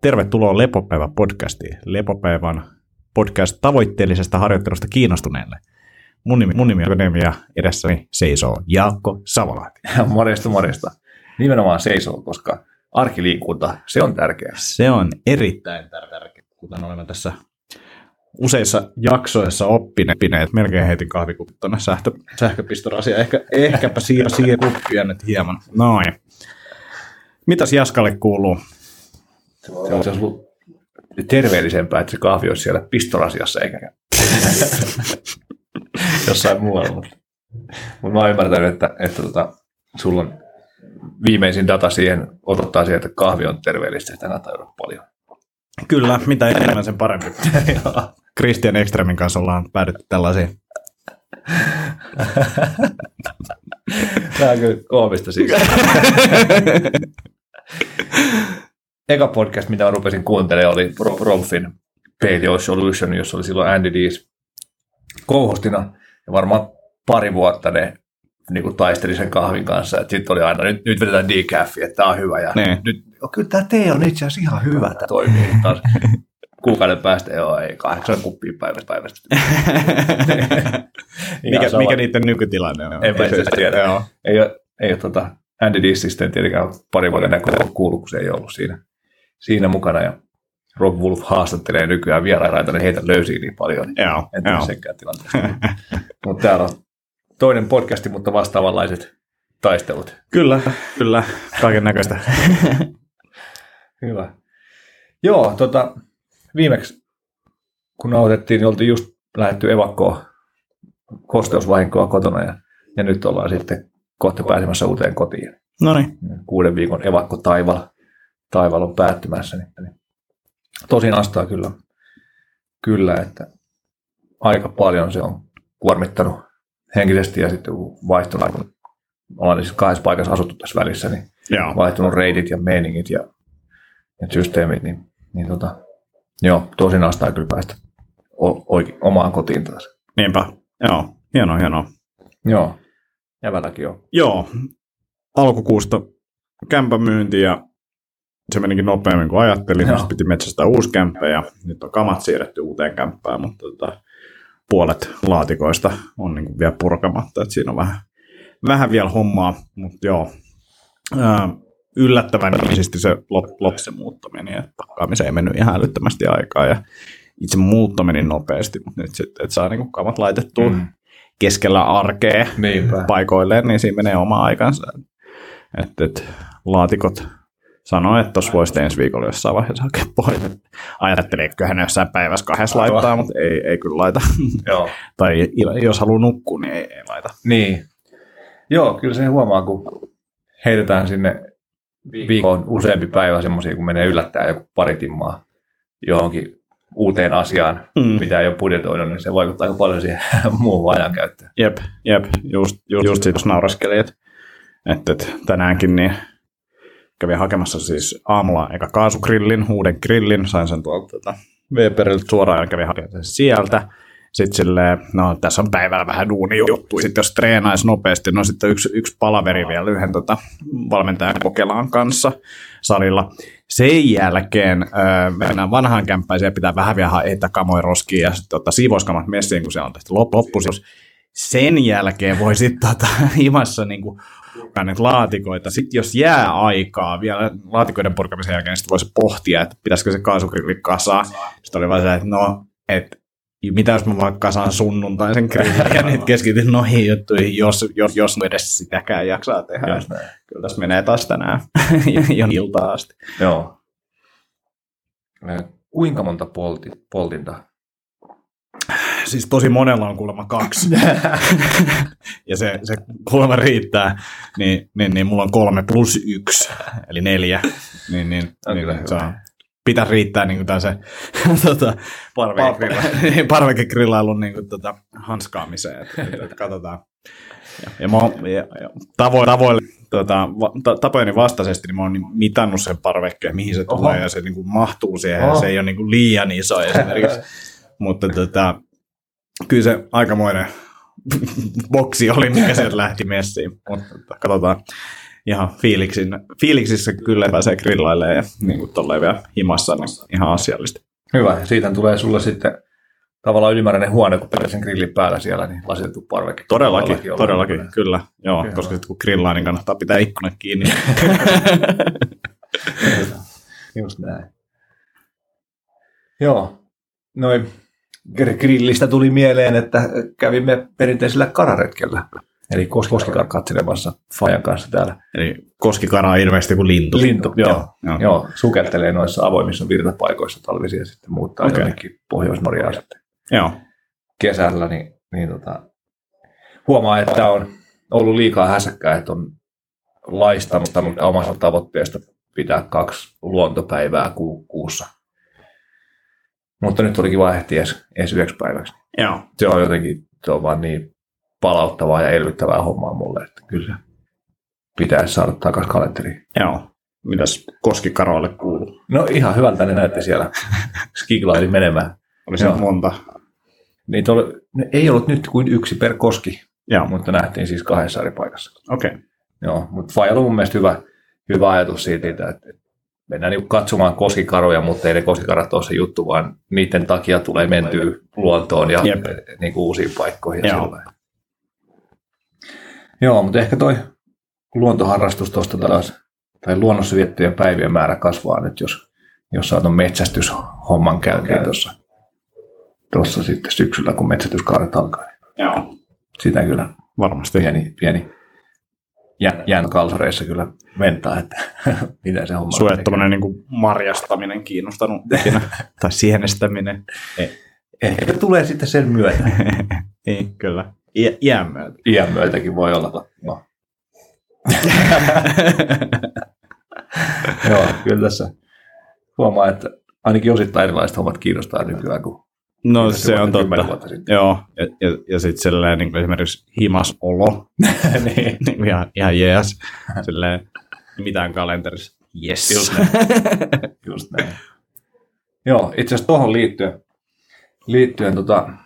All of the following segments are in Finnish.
Tervetuloa Lepopäivä-podcastiin. Lepopäivän podcast tavoitteellisesta harjoittelusta kiinnostuneelle. Mun nimi on Akademia ja edessäni seisoo Jaakko Savolahti. Morjesta. Nimenomaan seisoo, koska arkiliikunta, se on tärkeää. Se on erittäin tärkeää, kuten olemme tässä useissa jaksoissa oppineet. Melkein heitin kahvikupit tuonne sähköpistorasiaan. Ehkäpä siirrä kuppia nyt hieman. Noin. Mitäs Jaskalle kuuluu? Se olisi ollut terveellisempää, että se kahvi olisi siellä pistorasiassa eikä jossain muualla. Mutta mä oon ymmärtänyt, että sulla on viimeisin data siihen, odottaa siihen, että kahvi on terveellistä, että kannattaa juoda paljon. Kyllä, mitä enemmän sen parempi. Christian Ekströmin kanssa ollaan päädytty tällaisiin. Tämä on kyllä koomista siis. Eka podcast, mitä rupesin kuuntelemaan, oli Rolfin Paleo Solution, jossa oli silloin Andy Dees co-hostina. Ja varmaan pari vuotta ne niin taisteli sen kahvin kanssa. Sitten oli aina, nyt vedetään decafia, että tämä on hyvä. Ja nyt, kyllä tämä tee on itse asiassa ihan hyvä. Tämä toimii taas kuukauden päästä. Joo, ei 8 kuppia päivästä. Mikä niiden nykytilanne on? Enpä itse tiedä. Ei ole Andy Deesistä tietenkään pari vuoden näkökulmaa kuullut, kun se ei ollut siinä mukana. Ja Rob Wolf haastattelee nykyään vieraita, niin heitä löysiä niin paljon. En tiedä senkään tilanteesta. Mutta täällä on toinen podcasti, mutta vastaavanlaiset taistelut. Kyllä, kaiken näköistä. Hyvä. Joo, viimeksi kun nautettiin, niin oltiin just lähdetty evakkoon kosteusvahinkoa kotona ja nyt ollaan sitten kohta pääsemässä uuteen kotiin. Noniin. 6 viikon evakko taival on päättymässä. Niin tosin astaa kyllä, että aika paljon se on kuormittanut henkisesti ja sitten vaihtunut, kun ollaan siis 2 paikassa asuttu tässä välissä, niin vaihtunut reitit ja meiningit ja systeemit, niin joo, tosin astaa kyllä päästä omaan kotiin taas. Niinpä, joo, hienoa. Joo, jävälläkin on. Joo, alkukuusta kämpän myynti ja se menikin nopeammin kuin ajattelin. Sitten piti metsästää uusi kämppä ja nyt on kamat siirretty uuteen kämppään, mutta puolet laatikoista on niin kuin vielä purkamatta, että siinä on vähän vielä hommaa, mutta joo, yllättävän ilmeisesti se lopsi muuttaminen, että pakkaamiseen ei mennyt ihan älyttömästi aikaa ja itse muutto meni nopeasti, mutta nyt sitten, että saa niin kuin kamat laitettua keskellä arkea paikoilleen, niin siinä menee oma aikansa. Että laatikot sanoi, että tuossa voisi ensi viikolla jossain vaiheessa hakea pois. Ajattelin, että hän jossain päivässä 2 laittaa, mutta ei kyllä laita. Joo. Tai jos haluaa nukkua, niin ei laita. Niin. Joo, kyllä se huomaa, kun heitetään sinne viikon useampi päivä semmoisia, kun menee yllättäen joku pari timmaa johonkin uuteen asiaan, mitä ei ole budjetoinut, niin se vaikuttaa aika paljon siihen muuhun ajankäyttöön. Jep. Just siitä nauraskeli, että tänäänkin niin kävin hakemassa siis aamulla eka kaasugrillin, uuden grillin, sain sen tuolta Weberiltä suoraan ja kävin hakemaan sieltä. Sitten silleen, no tässä on päivällä vähän duunijuttuja. Sitten jos treenaisi nopeasti, no sitten yksi palaveri vielä yhden valmentajan Kokelaan kanssa salilla. Sen jälkeen mennään vanhaan kämppään, siellä pitää vähän vielä heittää kamoja roskiin ja sitten siivouskamat messiin, kun se on tehty loppusiivous. Sen jälkeen voi sitten himassa niinku näitä laatikoita. Sitten jos jää aikaa vielä laatikoiden purkamisen jälkeen, niin sitten voisi pohtia, että pitäisikö se kaasugrilli kasaa. Sitten oli vaan se, että mitä jos mä vaikka kasaan sunnuntaisen grillin ja nyt keskityn noihin juttuihin, jos edes sitäkään jaksaa tehdä. Kyllä tässä menee taas tänään jo iltaan asti. Joo. Kuinka monta poltinta? Siis tosi monella on kuulemma 2. Ja se kuulemma riittää. Niin mulla on 3+1, eli 4. Niin pitäisi riittää niin kuin se parvekegrillailun niin kuin hanskaamiseen. Että katsotaan. Ja tapojeni vastaisesti niin mä oon mitannut sen parvekkeen, mihin se tulee, ja se niin kuin mahtuu siihen, ja se ei ole niin kuin liian iso esimerkiksi. Mutta kyllä se aikamoinen boksi oli, mikä sieltä lähti messiin. Mutta katsotaan. ihan fiiliksissä kyllä pääsee grillailemaan ja niin kuin tolleen vielä himassa, niin ihan asiallista. Hyvä. Ja siitä tulee sulle sitten tavallaan ylimääräinen huone, kun pidät sen grillin päällä siellä, niin lasitettu parveke. Todellakin, kyllä. Joo, okay, koska sitten kun grillaa, niin kannattaa pitää ikkunat kiinni. Just näin. Joo. Noin grillistä tuli mieleen, että kävimme perinteisellä kararetkellä. Eli koskikara katselemassa Fajan kanssa täällä. Eli koskikara on ilmeisesti kuin lintu. Joo, sukeltelee noissa avoimissa virtapaikoissa talvisia ja sitten muuttaa jonnekin Pohjois-Norjaan sitten kesällä. Niin, huomaa, että on ollut liikaa hässäkkää, että on laistanut omasta tavoitteesta pitää 2 luontopäivää kuussa. Mutta nyt olikin vaihti edes 9 päiväksi. Joo. Se on vaan niin palauttavaa ja elvyttävää hommaa mulle, että kyllä pitäisi saada takaisin kalenteriin. Joo. Mitäs koskikaroille kuuluu? No ihan hyvältä ne näytti siellä. Skiglaili menemään. Oli siellä monta. Niitä ei ollut nyt kuin 1 per koski, mutta nähtiin siis 2 eri paikassa. Okei. Okay. Joo, mutta Fajalla on mun mielestä hyvä ajatus siitä, että mennään niin katsomaan koskikaroja, mutta ei ne koskikarat ole se juttu, vaan niiden takia tulee mentyä luontoon ja niin kuin uusiin paikkoihin. Joo, mutta ehkä toi luontoharrastus tuosta taas, tai luonnossa viettyjen päivien määrä kasvaa nyt, jos saa tuon metsästyshomman käyntiin tuossa sitten syksyllä, kun metsästyskaudet alkaa. Joo. Sitä kyllä varmasti pieni jään kalsareissa kyllä mentaa, että mitä se homma on. Sulle tuommoinen niin kuin marjastaminen kiinnostanut ikinä, tai sienestäminen. Ehkä tulee sitten sen myötä. Niin, kyllä. Iän myötä. Iän myötäkin voi olla. No. Joo, kyllä tässä huomaa, että ainakin osittain erilaiset hommat kiinnostaa nykyään kuin no se on totta. Joo, ja sitten silleen niin esimerkiksi himasolo, niin ihan jees, silleen mitään kalenterissa, yes. Just näin. Joo, itse asiassa tuohon liittyen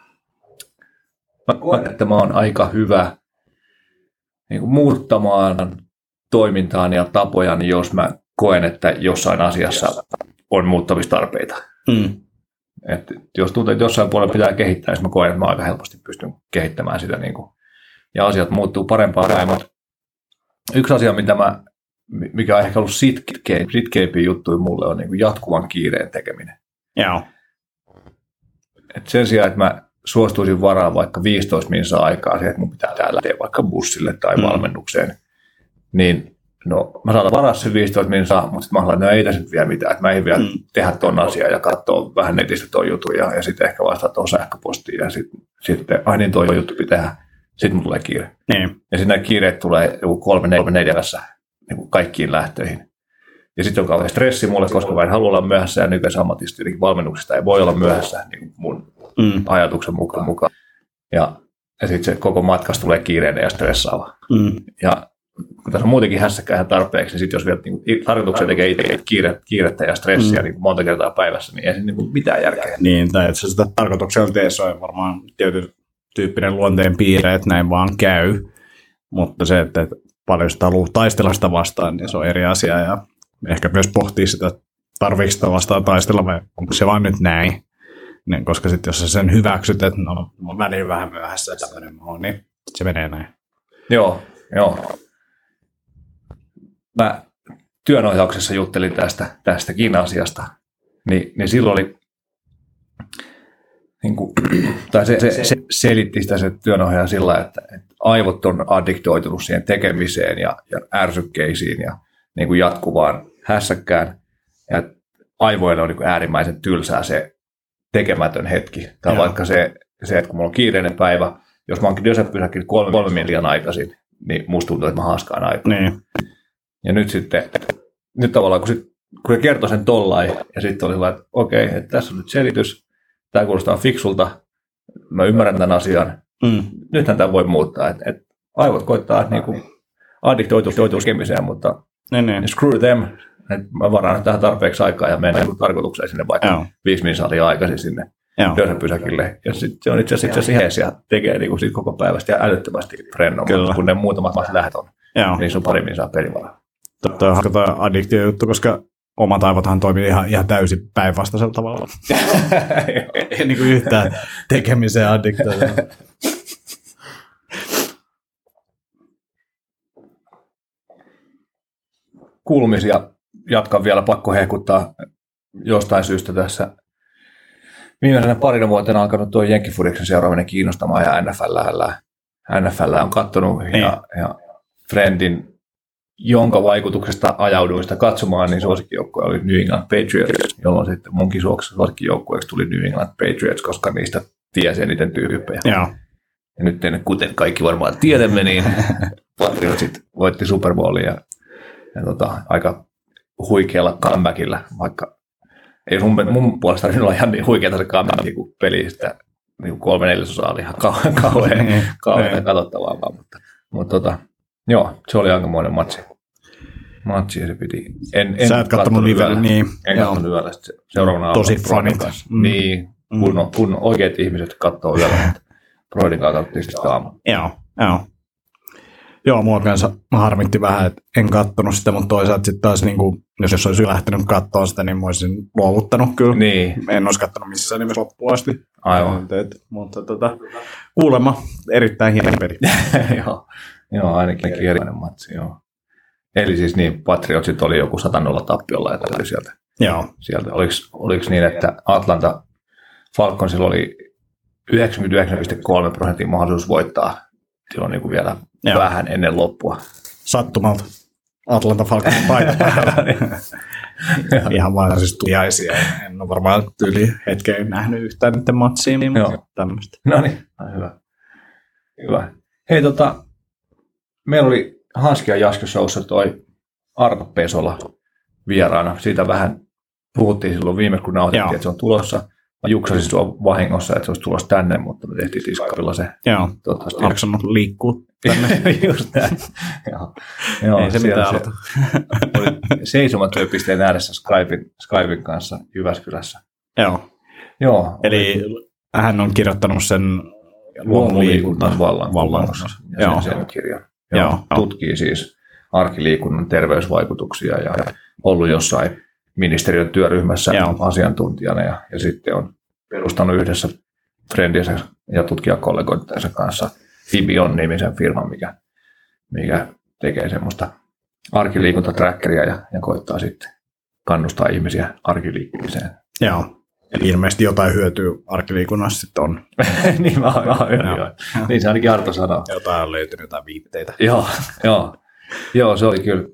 mä koen, että mä oon aika hyvä niin kuin muuttamaan toimintaan ja tapojani, jos mä koen, että jossain asiassa on muuttamistarpeita. Että jos tuntuu, että jossain puolella pitää kehittää, niin mä koen, että mä aika helposti pystyn kehittämään sitä. Niin kuin, ja asiat muuttuu parempaan päin. Mutta yksi asia, mikä on ehkä ollut sitkeimpiä juttuja mulle, on niin kuin jatkuvan kiireen tekeminen. Joo. Et sen sijaan, että mä suostuisin varaan vaikka 15 minsaa aikaa siihen, että mun pitää täällä lähteä vaikka bussille tai valmennukseen, niin no, mä saatan varaa sen 15 minsaa, mutta sitten mä haluan, että ei tässä nyt vielä mitään, että mä en vielä tehdä ton asiaa ja katsoa vähän netistä ton jutun ja sitten ehkä vastata ton sähköpostiin ja sitten niin toi juttu pitää tehdä, sitten mun tulee kiire. Niin. Ja sitten nämä kiireet tulee 3-4 niin kaikkiin lähtöihin. Ja sitten on kauhean stressi mulle, koska mä en halua olla myöhässä ja nykyisen ammatista valmennuksista ei voi olla myöhässä niin mun ajatuksen mukaan. Ja sitten se koko matkasta tulee kiireinen ja stressaava. Ja kun tässä on muutenkin hässäkään ihan tarpeeksi, niin sitten jos vielä niin tarkoituksena tekee itse kiirettä ja stressiä niin monta kertaa päivässä, niin ei se niin mitään järkeä. Niin, tai että se sitä tarkoituksella teessä on varmaan tietyn tyyppinen luonteen piirre, että näin vaan käy. Mutta se, että paljon sitä haluaa taistella sitä vastaan, niin se on eri asia. Ja ehkä myös pohtii sitä, tarviiko sitä vastaan taistella vai onko se vaan nyt näin. Niin, koska sitten jos sä sen hyväksyt, että no, mä oon väliin vähän myöhässä ja tämmöinen niin se menee näin. Joo. Mä työnohjauksessa juttelin tästäkin asiasta, niin silloin oli, niin kuin, tai se selitti sitä se työnohjaaja sillä, että aivot on addiktoitunut siihen tekemiseen ja ärsykkeisiin ja niin kuin jatkuvaan hässäkkään, ja aivoille on niin kuin äärimmäisen tylsää se tekemätön hetki. Tai vaikka se, että kun mulla on kiireinen päivä, jos mä oonkin pysähtynyt 3 million aikaisin, niin musta tuntuu, että mä haaskaan aikaa. Niin. Ja nyt tavallaan, kun se kertoi sen tollain, ja sitten oli hyvä, että okei, että tässä on nyt selitys, tämä kuulostaa fiksulta, mä ymmärrän tämän asian, nythän tämä voi muuttaa, että aivot koittaa niin kuin addiktoitua tekemiseen, mutta screw them, että mä varaan tähän tarpeeksi aikaa ja menen tarkoitukseen sinne vaikka 5 minuuttia aikaisin sinne pysäkille. Ja sitten se on itse asiassa jees ja tekee niin kuin siitä koko päivästä ja älyttömästi rennommin, kun ne muutamat lähet on Niin sun paremmin saa pelivaraa. Tuo on hauska addiktio-juttu, koska omat aivothan toimii ihan täysin päinvastaisella tavalla. Ei niin kuin yhtään tekemiseen addiktioita. Kulmisia jatkan vielä, pakko hehkuttaa jostain syystä tässä. Viimeisenä parina vuotena alkanut tuo Jenkkifudiksen seuraaminen kiinnostamaan ja NFL on katsonut ja Friendin, jonka vaikutuksesta ajauduin sitä katsomaan, niin suosikkijoukkue oli New England Patriots, jolloin sitten munkin suosikkijoukkueeksi tuli New England Patriots, koska niistä tiesi eniten tyyppejä. Joo. Ja nyt kuten kaikki varmaan tiedämme, niin Patriotsit voitti Super Bowlin ja aika huikealla comebackilla, vaikka ei mun puolesta olla ihan niin huikeata se comeback, kun pelistä niin 3/4 oli ihan kauhean katsottavaa. Mutta joo, se oli aikamoinen matsi ja se piti. Sä et kattonut livellä, niin. En kattonut livellä, seuraavana tosi fanit. Niin, kun oikeat ihmiset katsoo yöllä, mutta Broidin kanssa katsottiin sitä aamulla. Joo, mua kanssa harmitti vähän, että en kattonut sitä, mutta toisaalta sitten taas, niin kuin, jos olisi lähtenyt katsoa sitä, niin mä olisin luovuttanut kyllä. Niin. En olisi kattonut missään nimessä loppuun asti. Aivan. Mutta kuulemma erittäin hieno peli. Joo, ainakin erinomainen matsi, joo. Eli siis niin, Patriotsit oli joku 100-0 tappiolla ja tuli sieltä. Joo. Sieltä. Oliko niin, että Atlanta Falconsilla oli 99,3% mahdollisuus voittaa silloin niin kuin vielä vähän ennen loppua. Sattumalta. Atlanta Falconsin paita päällä. Ihan vaan siis tuliaisia. En ole varmaan yli hetkeen nähnyt yhtään niiden matsia, mutta tämmöistä. No niin, hyvä. Hei, meillä oli Hanski ja Jaske Showssa toi Arto Pesola vieraana. Siitä vähän puhuttiin silloin viime, kun nautettiin, että se on tulossa. Mä juksasin sua vahingossa, että se olisi tulossa tänne, mutta me tehtiin Discordilla se. Joo, jaksanut liikkuu tänne. Just näin. Joo, ei se mitään ollut. Seisomatyöpisteen ääressä Skypen kanssa Jyväskylässä. Joo. Eli hän on kirjoittanut sen luomuliikunnan vallankumous. Sen kirjan. Joo. Tutkii siis arkiliikunnan terveysvaikutuksia ja ollut jossain ministeriön työryhmässä asiantuntijana ja sitten on perustanut yhdessä Friendiensä ja tutkijakollegoittensa kanssa Fibion nimisen firman, mikä tekee semmoista arkiliikuntatrackeria ja koittaa sitten kannustaa ihmisiä arkiliikkumiseen. Joo. Eli ilmeisesti jotain hyötyä arkiliikunnassa sitten on. Niin mä oon. Niin se ainakin Arto sanoo. Jotain on löytynyt, jotain viitteitä. Joo, se oli kyllä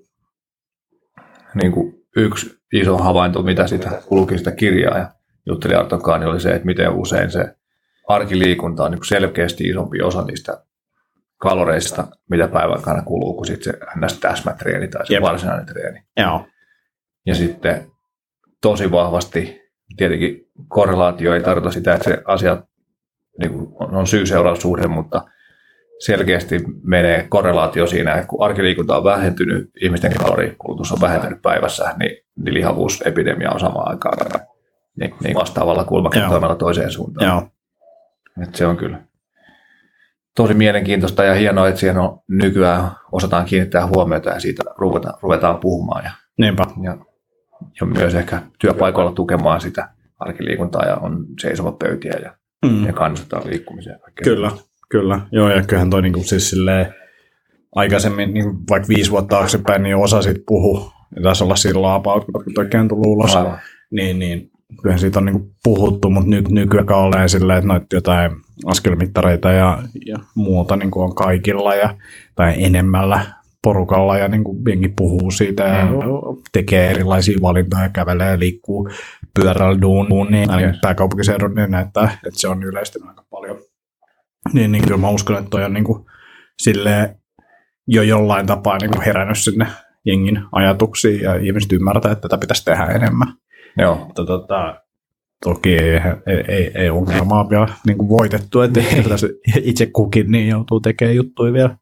niin kuin yksi iso havainto, mitä sitä luki sitä kirjaa ja jutteli Arton kanssa, niin oli se, että miten usein se arkiliikunta on niin kuin selkeästi isompi osa niistä kaloreista, mitä päivän aikana kuluu, kuin sitten se täsmätreeni tai se varsinainen treeni. Joo. Ja sitten tosi vahvasti, tietenkin korrelaatio ei tarkoita sitä, että se asia niin kuin on syy-seuraussuhde, mutta selkeästi menee korrelaatio siinä, että kun arkiliikunta on vähentynyt, ihmisten kalorikulutus on vähentynyt päivässä, niin lihavuusepidemia on samaan aikaan niin vastaavalla kulmakertoimella toiseen suuntaan. Joo. Että se on kyllä tosi mielenkiintoista ja hienoa, että siihen on nykyään osataan kiinnittää huomiota ja siitä ruvetaan puhumaan. Niinpä. Ja myös ehkä työpaikoilla tukemaan sitä arkiliikuntaa ja on seisomapöytiä ja kannustetaan liikkumiseen. Kyllä. Joo, ja kyllähän toi niinku siis silleen aikaisemmin, niin vaikka 5 vuotta taaksepäin, niin osa siitä puhuu. Ja taisi olla siinä laapaa, kun toi on tullut ulos. Niin kyllähän siitä on niinku puhuttu, mutta nykyään olleen silleen, että noita jotain askelmittareita ja muuta niinku on kaikilla tai enemmällä porukalla ja niinku jengi puhuu siitä ja tekee erilaisia valintoja, kävelee ja liikkuu pyörällä duuniin. Pääkaupunkiseudun niin näyttää, että se on yleistynyt aika paljon. Niin kyllä mä uskon, että toi on niinku silleen jo jollain tapaa niinku herännyt sinne jengin ajatuksiin ja ihmiset ymmärtää, että tätä pitäisi tehdä enemmän. Joo. Mutta toki ei ongelmaa vielä niinku voitettu, että itse kukin niin joutuu tekemään juttuja vielä.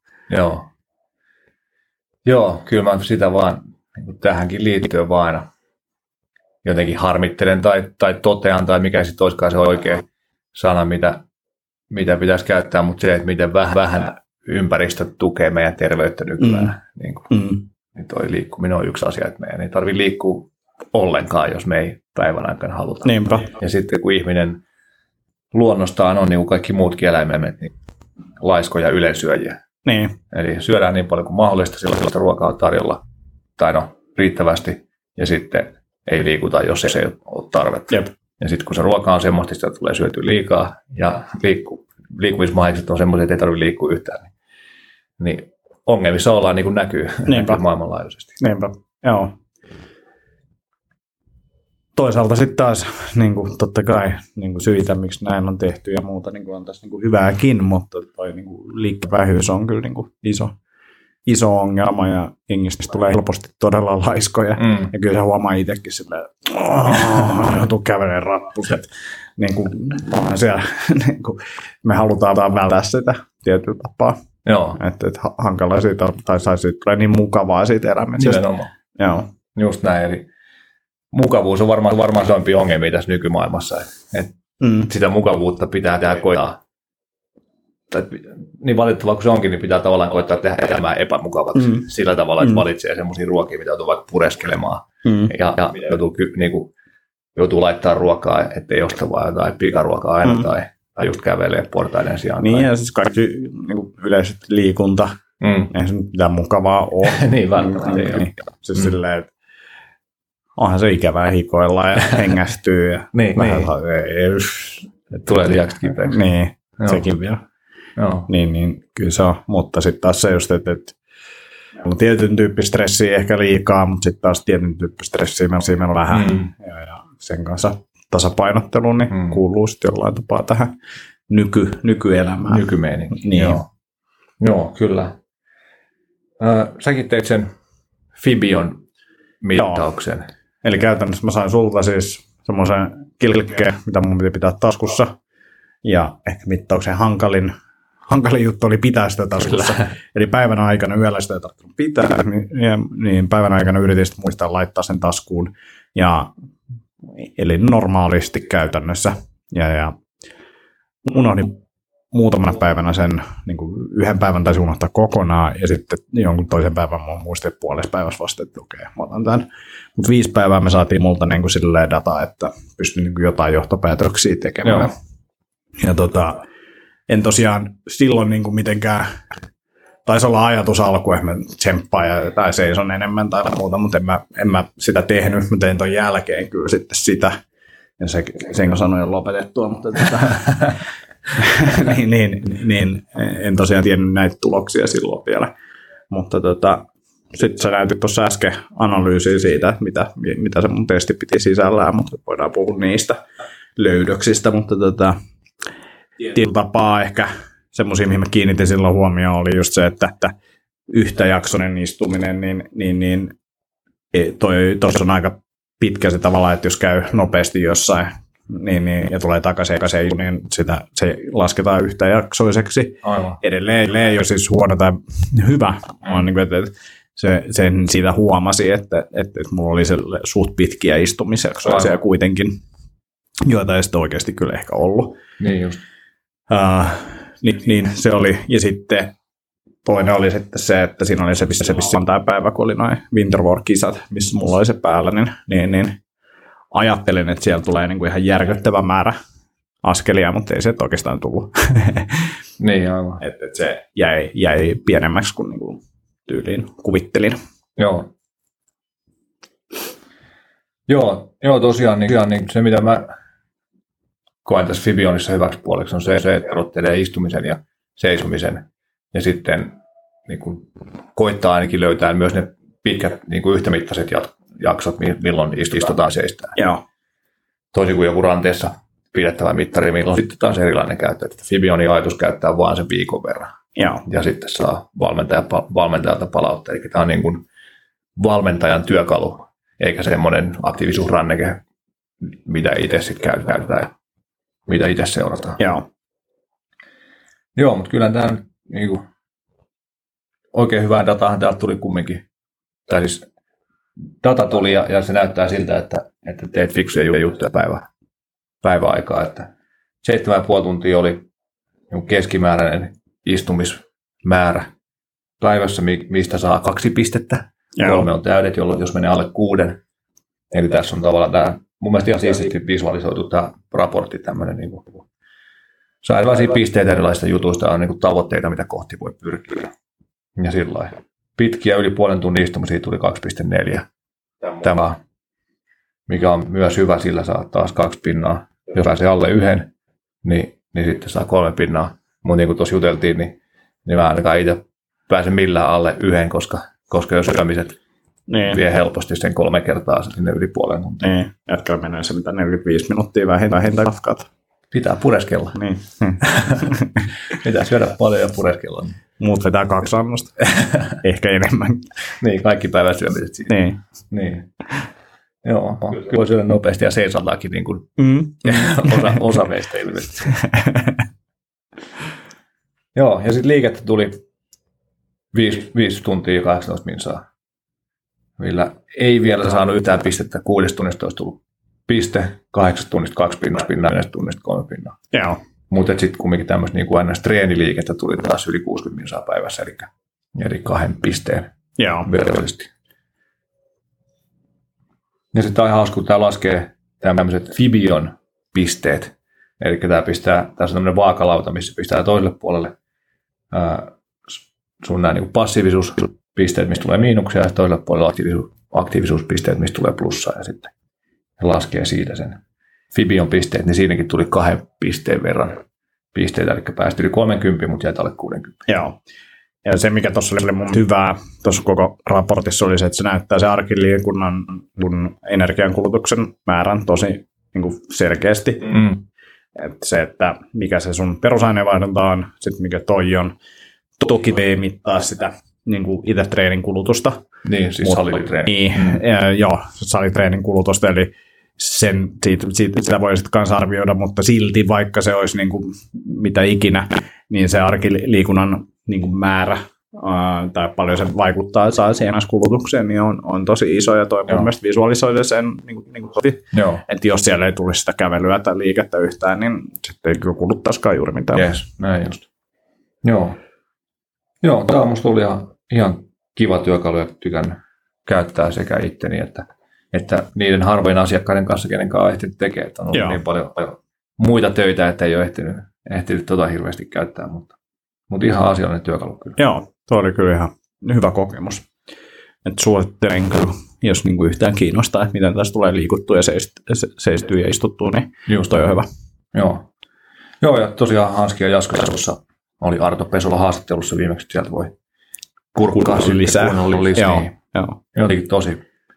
Joo, kyllä mä sitä vaan niin tähänkin liittyen vaan aina jotenkin harmittelen tai totean tai mikä sitten olisikaan se oikea sana, mitä pitäisi käyttää, mutta se, että miten vähän ympäristö tukee meidän terveyttä nykyään. Niin toi liikkuminen on yksi asia, että meidän ei tarvitse liikkua ollenkaan, jos me ei päivän aikana haluta. Niinpä. Ja sitten kun ihminen luonnostaan on, niin kuin kaikki muutkin eläimet, niin laiskoja ylensyöjiä. Niin. Eli syödään niin paljon kuin mahdollista, silloin ruokaa on tarjolla, tai riittävästi, ja sitten ei liikuta, jos ei ole tarvetta. Jep. Ja sitten kun se ruoka on semmoista, sitä tulee syötyä liikaa, ja liikkumismahdollisuudet on semmoisia, että ei tarvitse liikkua yhtään, niin ongelmissa ollaan niin kuin näkyy maailmanlaajuisesti. Niinpä, joo. Toisaalta sitten taas niin kuin, totta kai niin kuin syitä, miksi näin on tehty ja muuta niin kuin on tässä niin kuin hyvääkin, mutta toi niin kuin liikkevähyys on kyllä niin kuin iso ongelma ja jengistä tulee helposti todella laiskoja. Ja kyllä se huomaa itsekin silleen, että joutuu kävelemään rappuset. Niin kuin, siellä, niin kuin, me halutaan välttää sitä tietyllä tapaa. Joo. Että hankala siitä on, tai siitä tulee niin mukavaa siitä elämisestä. Nimenomaan. Joo. Just näin, eli mukavuus on varmaan isoimpia ongelmia tässä nykymaailmassa. Sitä mukavuutta pitää tehdä koittaa. Niin valitettavaa kuin se onkin, niin pitää tavallaan koittaa tehdä elämää epämukavaksi. Sillä tavalla, että valitsee semmoisia ruokia, mitä joutuu vaikka pureskelemaan. Ja joutuu laittaa ruokaa, ettei osta vaan jotain pikaruokaa aina tai just kävelee portaiden sijaan. Niin, ja siis kaikki niin yleisesti liikunta, ei se mitään mukavaa ole. Niin, välttämättä. Niin. Siis silleen, että onhan se ikävää hikoilla ja hengästyy. Ja niin. Tulee liiaksi kipeäksi. Niin, sekin vielä. Joo. Niin, kyllä se on. Mutta sitten taas se just, että on tietyn tyyppistä stressiä ehkä liikaa, mutta sitten taas tietyn tyyppistä stressiä meillä on vähän. Ja sen kanssa tasapainottelu niin kuuluu sitten jollain tapaa tähän nykyelämään. Nykymeininki. Niin. Joo, kyllä. Säkin teit sen Fibion mittauksen. Joo. Eli käytännössä mä sain sulta siis semmoisen kilkkeen, mitä mun piti pitää taskussa. Ja ehkä mittauksen hankalin juttu oli pitää sitä taskussa. Kyllä. Eli päivän aikana yöllä sitä ei tarvitse pitää. Niin päivän aikana yritin sitten muistaa laittaa sen taskuun. Eli normaalisti käytännössä. Ja unohdin muutamana päivänä sen, niin kuin yhden päivän taisi unohtaa kokonaan, ja sitten jonkun toisen päivän muistin puolessa päivässä vasta, että okei, mä otan tämän. Mutta 5 päivää me saatiin multa niin kuin silleen dataa, että pystyn niin kuin jotain johtopäätöksiä tekemään. Joo. Ja en tosiaan silloin niin kuin mitenkään, taisi olla ajatus alku, että mä tsemppaan tai seison enemmän tai muuta, mutta en mä sitä tehnyt. Mä tein ton jälkeen kyllä sitten sitä, ja sen sanoin lopetettua, mutta niin, en tosiaan tiennyt näitä tuloksia silloin vielä. Mutta sitten sä näytit tuossa äsken analyysiä siitä, että mitä se mun testi piti sisällään, mutta voidaan puhua niistä löydöksistä, mutta tietyllä tapaa ehkä semmoisia, mihin mä kiinnitin silloin huomioon, oli just se, että yhtäjaksoinen istuminen, niin tuossa on aika pitkä se tavalla, että jos käy nopeasti jossain, niin, ja tulee takaisin, niin se lasketaan yhtäjaksoiseksi. Aivan. Edelleen ei ole siis huono tai hyvä, vaan niin kuin, että sen siitä huomasi, että mulla oli suht pitkiä istumisjaksoja kuitenkin, joita ei sitten oikeasti kyllä ehkä ollut. Niin just. Niin se oli, ja sitten toinen oli sitten se, että siinä oli se tämä päivä, kun oli noin Winter War-kisat, missä mulla oli se päällä, niin ajattelin, että siellä tulee niinku ihan järkyttävä määrä askelia, mutta ei se oikeastaan tullut. Niin, aivan. Että se jäi pienemmäksi kuin niinku tyyliin kuvittelin. Joo, tosiaan niin se, mitä mä koen tässä Fibionissa hyväksi puoleksi, on se, että erottelee istumisen ja seisomisen. Ja sitten niin kuin koittaa ainakin löytää myös ne pitkät niin kuin yhtämittaiset jaksot, milloin istutaan seistään. Joo. Toisin kuin joku ranteessa pidettävä mittari, milloin sitten taas erilainen käyttö. Että Fibionin ajatus käyttää vain sen viikon verran. Joo. Ja sitten saa valmentajalta palauttaa. Eli tämä on niin kuin valmentajan työkalu, eikä semmoinen aktiivisuusranneke, mitä itse sitten käytetään ja mitä itse seurataan. Joo, mutta kyllä tämä niin kuin oikein hyvää dataa täältä tuli kumminkin. Tai siis data tuli ja se näyttää siltä, että teet fiksuja juttuja päiväaikaa. Että 7,5 tuntia oli keskimääräinen määrä päivässä, mistä saa 2 pistettä. 3 on täydet, jolloin jos menee alle 6. Eli tässä on tavallaan tämä, mun mielestä ihan siististi visualisoitu tämä raportti, tämmöinen niin kuin, saa erilaisia pisteitä erilaisista jutuista, on niin kuin tavoitteita, mitä kohti voi pyrkiä. Ja sillä lailla. Pitkiä yli puolen tunnin istumisia tuli 2,4. Tämä, mikä on myös hyvä, sillä saa taas 2 pinnaa. Jos pääsee alle 1, niin sitten saa 3 pinnaa. Mutta niin kuin tuossa juteltiin, niin mä ainakaan itse pääse millään alle 1, koska jos syömiset vie helposti sen 3 kertaa sinne yli puolen tuntia. Niin, jätkällä menee se mitä 45 minuuttia vähintään kafkaat. Pitää pureskella. Niin. Pitää syödä paljon ja pureskella. Muut vetää 2 annosta. Ehkä enemmän. Niin, kaikki päivän syömiset siitä. Niin. Joo, kyllä voi syödä nopeasti ja seisallaakin niin kuin osa meistä ilmeisesti. Joo, ja sitten liikettä tuli 5 tuntia 18 minsaa. Millä ei vielä saanut yhtään pistettä. 6 tunnista olisi tullut piste, 8 tunnista 2 pinnaa, 4 tunnista 3 pinnaa. Joo. Mutta sitten kumminkin tämmöistä niin kuin treeniliikettä tuli taas yli 60 minsaa päivässä, eli 2 pisteen verrallisesti. Ja sitten on ihan hauska, kun tämä laskee tämmöiset Fibion pisteet. Eli tämä pistää, tässä on tämmöinen vaakalauta, missä pistää toiselle puolelle sun nämä niin passiivisuuspisteet, mistä tulee miinuksia, ja toiselle puolelle aktiivisuuspisteet, mistä tulee plussaa, ja sitten laskee siitä sen Fibion pisteet, niin siinäkin tuli 2 pisteen verran pisteitä, eli päästi yli 30, mutta jäi alle 60. Joo. Ja se, mikä tuossa oli mun hyvää tuossa koko raportissa, oli se, että se näyttää se arkiliikunnan energiankulutuksen määrän tosi niin kuin selkeästi. Että se, että mikä se sun perusaineenvaihdunta on, sitten mikä toi on. Toki ei mittaa sitä niin kuin itse treenin kulutusta. Niin, siis salitreeni. Niin, joo, salitreenin kulutusta, eli sitä voi sitten kanssa arvioida, mutta silti vaikka se olisi niin kuin mitä ikinä, niin se arkiliikunnan niin kuin määrä tai paljon se vaikuttaa kulutukseen, niin on tosi iso, ja toi mun mielestä visualisoida sen niin kuin että jos siellä ei tulisi sitä kävelyä tai liikettä yhtään, niin sitten ei kyllä kuluttaisikaan juuri mitään. Yes, näin just. Joo, tämä on musta ollut ihan kiva työkalu, ja tykännyt käyttää sekä itteni että niiden harvojen asiakkaiden kanssa, kenen kanssa on ehtinyt tekemään, että on ollut niin paljon muita töitä, että ei ole ehtinyt hirveästi käyttää, mutta ihan asiallinen työkalu kyllä. Joo, tuo oli kyllä ihan hyvä kokemus. Että suosittelen kyllä, jos niinku yhtään kiinnostaa, että miten tässä tulee liikuttua ja seistyä ja istuttua, niin just toi on hyvä. Joo, ja tosiaan Hanski ja Jaska tuossa oli Arto Pesola haastattelussa viimeksi, sieltä voi kurkkaa lisää. Joo. Jotenkin tosi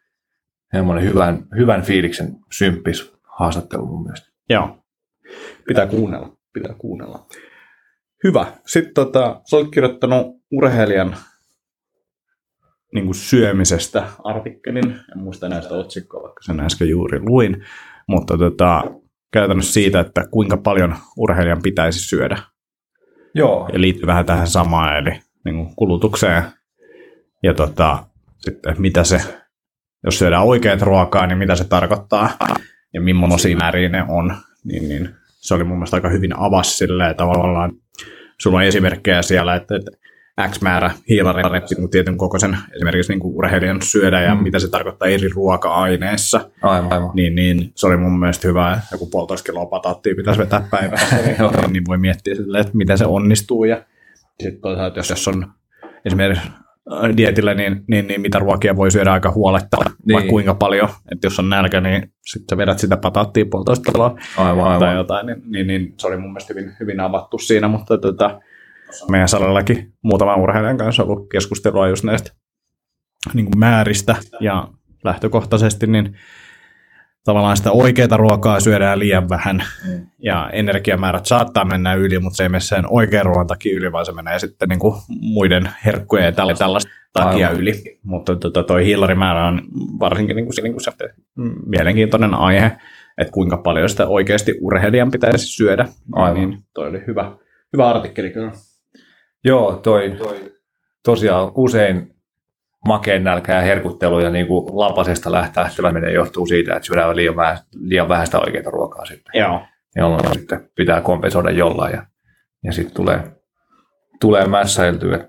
hyvän fiiliksen symppis haastattelu mun mielestä. Joo, pitää kuunnella. Hyvä. Sitten sä olet kirjoittanut urheilijan niin kuin syömisestä artikkelin. En muista näistä otsikkoa, vaikka sen äsken juuri luin. Mutta käytännössä siitä, että kuinka paljon urheilijan pitäisi syödä. Joo. Ja liittyy vähän tähän samaan, eli niin kuin kulutukseen. Ja sitten mitä se, jos syödään oikeat ruokaa, niin mitä se tarkoittaa ja millaisia määriä ne on. Niin se oli mun mielestä aika hyvin avasi silleen tavallaan. Sulla on esimerkkejä siellä, että X määrä hiilareppi tietyn kokoisen esimerkiksi niin kuin urheilijan syödä ja mitä se tarkoittaa eri ruoka-aineissa. Aivan. Niin se oli mun mielestä hyvä, että joku 1,5 kiloa pataattia pitäisi vetää päivässä, niin voi miettiä silleen, että miten se onnistuu. Ja sitten toisaalta, jos on esimerkiksi dietillä, niin mitä ruokia voi syödä aika huoletta, vaikka kuinka paljon. Että jos on nälkä, niin sitten sä vedät sitä pataattia 1,5 kiloa tai jotain. Niin se oli mun mielestä hyvin avattu siinä, mutta meidän salillakin muutaman urheilijan kanssa on ollut keskustelua just näistä niin kuin määristä, ja lähtökohtaisesti niin tavallaan sitä oikeaa ruokaa syödään liian vähän, ja energiamäärät saattaa mennä yli, mutta se ei mene sen oikean ruoan takia yli, vaan se menee sitten niin kuin muiden herkkujen ja tällaista takia yli. Mutta toi hiilarimäärä on varsinkin niin kuin se mielenkiintoinen aihe, että kuinka paljon sitä oikeasti urheilijan pitäisi syödä. Niin toi oli hyvä artikkeli kyllä. Joo, toi tosiaan usein makeen nälkä ja herkuttelu ja niin kuin lapasesta lähtäminen johtuu siitä, että syödään liian vähän sitä oikeaa ruokaa sitten. Joo. Jolloin sitten pitää kompensoida jollain ja sitten tulee mässäiltyä.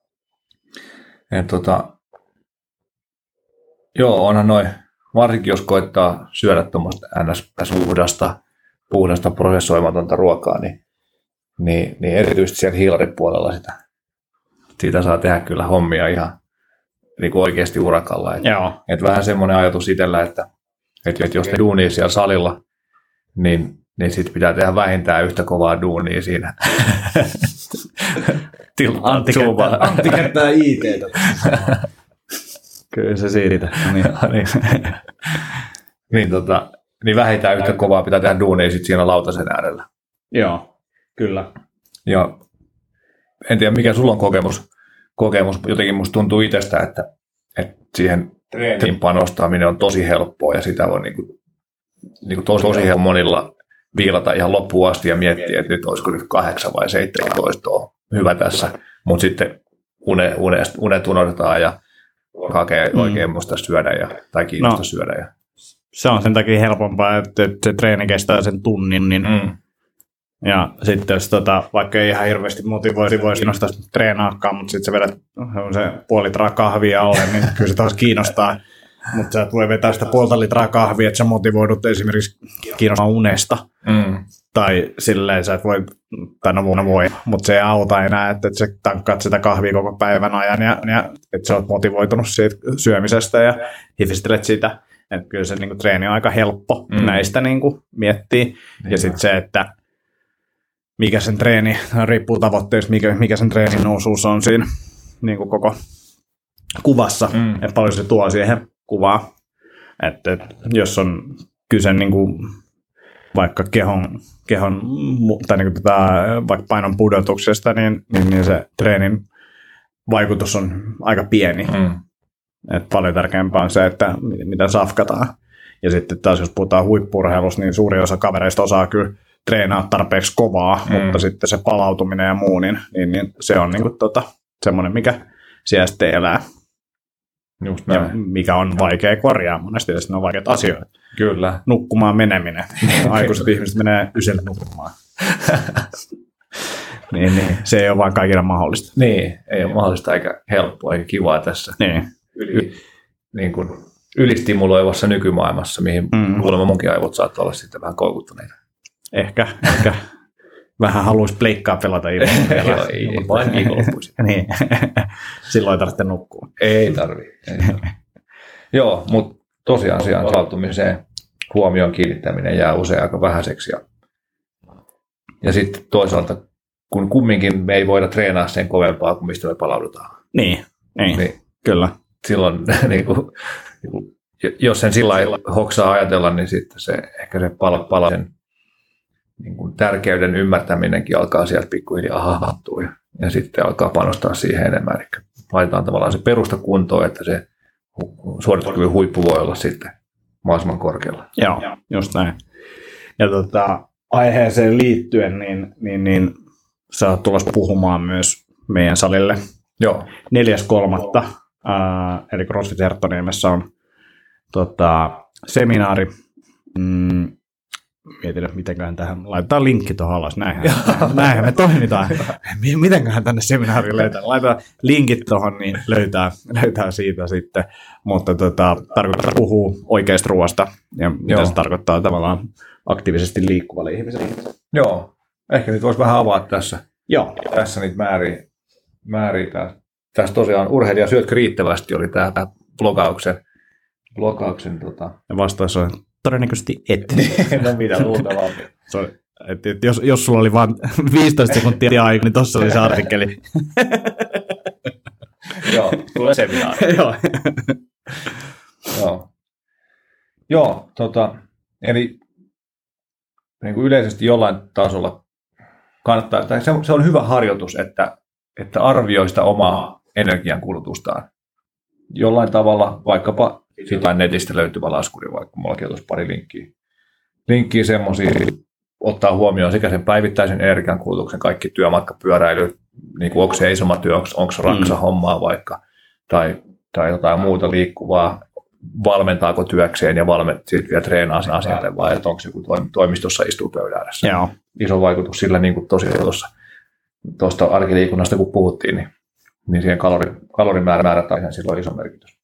Joo, onhan noin, varsinkin jos syödä tuommoista puhdasta prosessoimatonta ruokaa, niin erityisesti siellä hiilaripuolella siitä saa tehdä kyllä hommia ihan niin kuin oikeasti urakalla. Että vähän semmoinen ajatus itsellä, että jos te duunia siellä salilla, niin sitten pitää tehdä vähintään yhtä kovaa duunia siinä. Antti käyttää IT:tä. Kyllä se siitä. Niin vähintään yhtä kovaa pitää tehdä duunia sit siinä lautasen äärellä. Joo, kyllä. Ja en tiedä, mikä sulla on kokemus. Jotenkin musta tuntuu itsestä, että siihen treenin panostaminen on tosi helppoa ja sitä voi niinku tosi helppo monilla viilata ihan loppuun asti ja miettiä, että nyt olisiko nyt 8 vai 17 on hyvä tässä, mutta sitten unet unohdetaan ja hakee oikein musta syödä tai kiinnosta syödä. Se on sen takia helpompaa, että se treeni kestää sen tunnin, niin ja sitten jos vaikka ei ihan hirveästi voisi kiinnostaa treenaakaan, mutta sitten sä vedät se puoli litraa kahvia alle, niin kyllä se taas kiinnostaa. Mutta sä et voi vetää sitä puolta litraa kahvia, että sä motivoidut esimerkiksi kiinnostaa unesta. Tai silleen sä et voi, tai no voi, mutta se ei auta enää, että sä tankkaat sitä kahvia koko päivän ajan ja että sä oot motivoitunut siitä syömisestä ja hifistelet sitä. Että kyllä se niinku treeni on aika helppo näistä niinku miettiä. Ja sitten se, että mikä sen treeni, riippuu tavoitteista, mikä sen treenin osuus on siinä niinku koko kuvassa, että paljon se tuo siihen kuvaan. Että jos on kyse niinku vaikka kehon tai niinku vaikka painon pudotuksesta, niin se treenin vaikutus on aika pieni. Et paljon tärkeämpää on se, että mitä safkataan. Ja sitten taas jos puhutaan huippu-urheilusta, niin suuri osa kavereista osaa kyllä treenaa tarpeeksi kovaa, mutta sitten se palautuminen ja muu, niin se on niinku semmoinen, mikä siellä sitten elää. Just näin. Ja mikä on vaikea korjaa monesti, ja sitten on vaikeat asioita. Kyllä. Nukkumaan meneminen. Aikuiset ihmiset menee yselle nukkumaan. niin, se ei ole vaan kaikille mahdollista. Niin, ei ole mahdollista eikä helppoa eikä kivaa tässä niin kuin ylistimuloivassa nykymaailmassa, mihin kuulemma munkin aivot saattaa olla sitten vähän koukuttuneita. Ehkä. Vähän haluaisi pleikkaa pelata ilman vielä. Ei vain viikonloppuisin. Niin. Silloin ei tarvitse nukkua. Ei tarvitse. Joo, mutta tosiaan siihen salautumiseen huomion kiinnittäminen jää usein aika vähäiseksi. Ja sitten toisaalta, kun kumminkin me ei voida treenaa sen kovempaa kuin mistä me palaudutaan. Niin. Kyllä. Silloin, jos sen sillä lailla hoksaa ajatella, niin sitten ehkä se sen niin kuin tärkeyden ymmärtäminenkin alkaa sieltä pikkuhiljaa hahmottua ja sitten alkaa panostaa siihen enemmän. Eli laitetaan tavallaan se perusta kuntoon, että se suorituskyvyn huippu voi olla sitten mahdollisimman korkealla. Joo, just näin. Ja aiheeseen liittyen, niin sä oot tulossa puhumaan myös meidän salille. Joo. 4.3. Eli CrossFit Herttoniemessä on seminaari. Mietin, että mitenköhän tähän laitetaan linkki tuohon alas. Näinhän me toimitaan. Mitenköhän tänne seminaariin löytää? Laitetaan linkit tuohon, niin löytää siitä sitten. Mutta tarkoittaa puhua oikeasta ruoasta ja mitä se tarkoittaa tavallaan aktiivisesti liikkuvalle ihmiselle. Joo, ehkä nyt voisi vähän avata tässä. Joo. Tässä niitä määriä. Tässä tosiaan urheilija syötkö riittävästi oli tämä blogauksen. Ja vastaus on todennäköisesti et. No mitä luultavasti. Jos sulla oli vain 15 sekuntia aikaa, niin tuossa oli se artikkeli. Joo, tulee seminaari. Joo, eli niin kuin yleisesti jollain tasolla kannattaa, tai se on hyvä harjoitus, että arvioi sitä omaa energiankulutustaan. Jollain tavalla, vaikkapa jotain netistä löytyvä laskuri, vaikka mullakin on tuossa pari linkkiä semmoisia, ottaa huomioon sekä sen päivittäisen energiankulutuksen, kaikki työmatkapyöräily, niin kuin onko se isomatyö, onko se raksahommaa vaikka, tai jotain muuta liikkuvaa, valmentaako työkseen ja sitten vielä treenaa sen asialle, vai että onko se joku toimistossa istuu pöydän ääressä. Joo. Iso vaikutus sillä niin kuin tosiaan tuossa tuosta arkiliikunnasta kun puhuttiin, niin siihen kalorimäärä tai sillä on iso merkitys.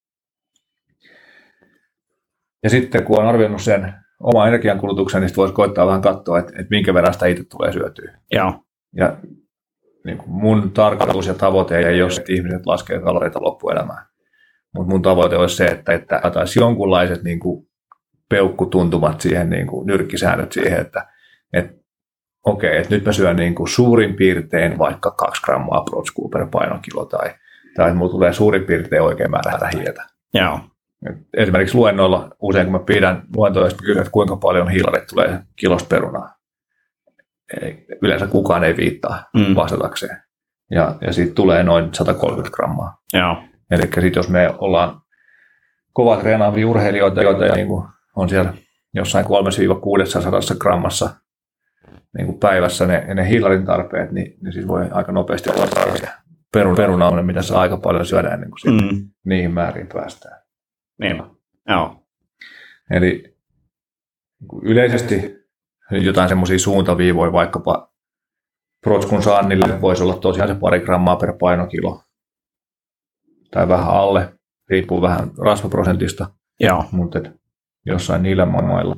Ja sitten kun on arvioinut sen oman energiankulutuksen, niin voisi koittaa vähän katsoa, että minkä verran sitä itse tulee syötyä. Joo. Ja niin kuin mun tarkoitus ja tavoite ei ole, että ihmiset laskee kaloreita loppuelämään. Mutta mun tavoite olisi se, että saataisiin jonkunlaiset niin kuin peukkutuntumat siihen, niin kuin nyrkkisäännöt siihen, että okei, että nyt mä syön niin kuin suurin piirtein vaikka 2 grammaa protskua per painokilo tai että mulla tulee suurin piirtein oikein määrä hiiltä. Joo. Esimerkiksi luennoilla usein, kun mä pidän luentoja, kysyn, että kuinka paljon hiilareita tulee kilosta perunaa. Yleensä kukaan ei viittaa vastatakseen. Ja siitä tulee noin 130 grammaa. Joo. Eli sitten jos me ollaan kovat treenaavia urheilijoita, joita niin kuin on siellä jossain 300-600 grammassa niin kuin päivässä ne hiilarin tarpeet, niin siis voi aika nopeasti olla se peruna, mitä saa aika paljon syödä ennen kuin niihin määriin päästään. Niin. Joo. Eli yleisesti jotain semmoisia suuntaviivoja vaikkapa protskun saannille voisi olla tosiaan se 2 grammaa per painokilo tai vähän alle, riippuu vähän rasvaprosentista. Joo. Mutta jossain niillä mailla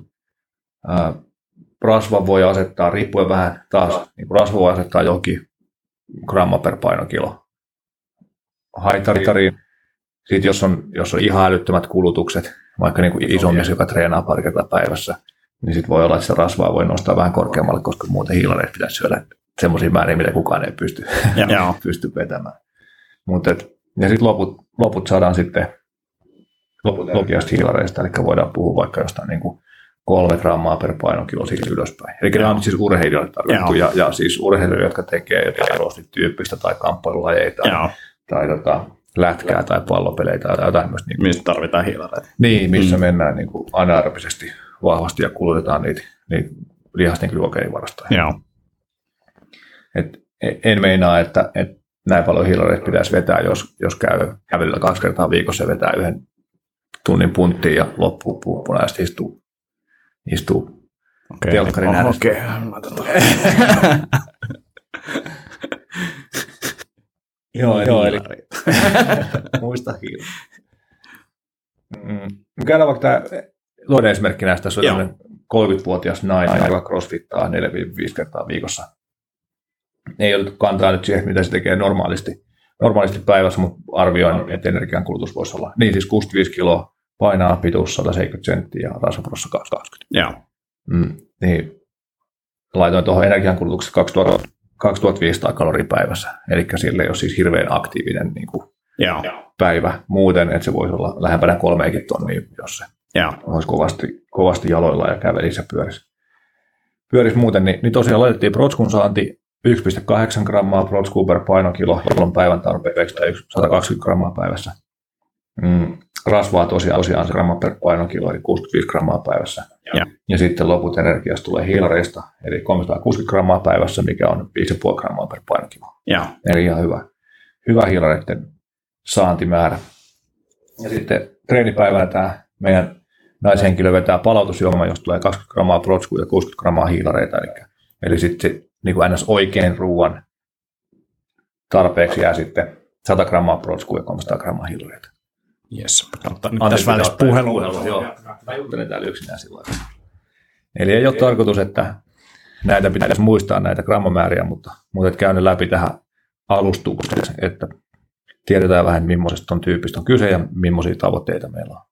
rasva voi asettaa, riippuen vähän taas, niin rasva voi asettaa johonkin gramma per painokilo haitariin. Sitten jos on ihan älyttömät kulutukset, vaikka niin kuin isomies, joka treenaa pari kertaa päivässä, niin sitten voi olla, että se rasvaa voi nostaa vähän korkeammalle, koska muuten hiilareita pitäisi syödä semmoisia määriä, mitä kukaan ei pysty vetämään. Ja sitten loput saadaan sitten logiasta hiilareista, eli voidaan puhua vaikka jostain niin kuin 3 grammaa per painokilo siitä ylöspäin. Eli ne on siis urheilijoille tarvittu, ja siis urheilijoille, jotka tekee jotain tyyppistä tai kamppailulajeita tai lätkää tai pallopeleitä tai jotain myös. Niin, mistä tarvitaan hiilareita. Niin, missä mennään niin kuin anaerobisesti vahvasti ja kulutetaan niitä lihasten glykogeenivarastoja. Joo. En meinaa, että näin paljon hiilareita pitäisi vetää, jos käy kävelyllä 2 kertaa viikossa ja vetää 1 tunnin punttiin ja loppuun ja sitten istuu telkkarin ääressä. Okei. Joo, eli muista hiilaa. Käydään vaikka tämä toinen esimerkki näistä, jos on tämmöinen 30-vuotias nainen, joka crossfittaa 4-5 kertaa viikossa. Ei ole kantaa nyt siihen, mitä se tekee normaalisti päivässä, mutta arvioin, että energiankulutus voisi olla. Niin siis 65 kiloa, painaa pituus 170 senttiä ja rasvaprossa 220. Joo. Niin laitoin tuohon energiankulutuksessa 2500 kaloria päivässä. Eli sille ei ole siis hirveän aktiivinen niin kuin päivä muuten, että se voisi olla lähempänä 3 tonnia, jos se olisi kovasti jaloilla ja kävelisi ja pyörisi muuten. Niin tosiaan laitettiin protskun saanti 1,8 grammaa protskua per painokilo, jolloin päivän tarpeeksi 120 grammaa päivässä. Rasvaa tosiaan se gramma per painokilo, eli 65 grammaa päivässä. Ja sitten loput energiasta tulee hiilareista, eli 360 grammaa päivässä, mikä on 5,5 grammaa per painokilo. Eli ihan hyvä hiilareiden saantimäärä. Ja sitten treenipäivänä tämä meidän naishenkilö vetää palautusjuoma, jos tulee 20 grammaa protskua ja 60 grammaa hiilareita. Eli sitten niin kuin ns. Oikein ruoan tarpeeksi jää sitten 100 grammaa protskua ja 300 grammaa hiilareita. Jes, tässä välissä puhelua. Joo, mä juttelen täällä yksinään sillä lailla. Eli ei ole tarkoitus, että näitä pitäisi muistaa näitä grammamääriä, mutta käyn ne läpi tähän alustukseen, että tiedetään vähän, millaisesta on tyypistä on kyse ja millaisia tavoitteita meillä on.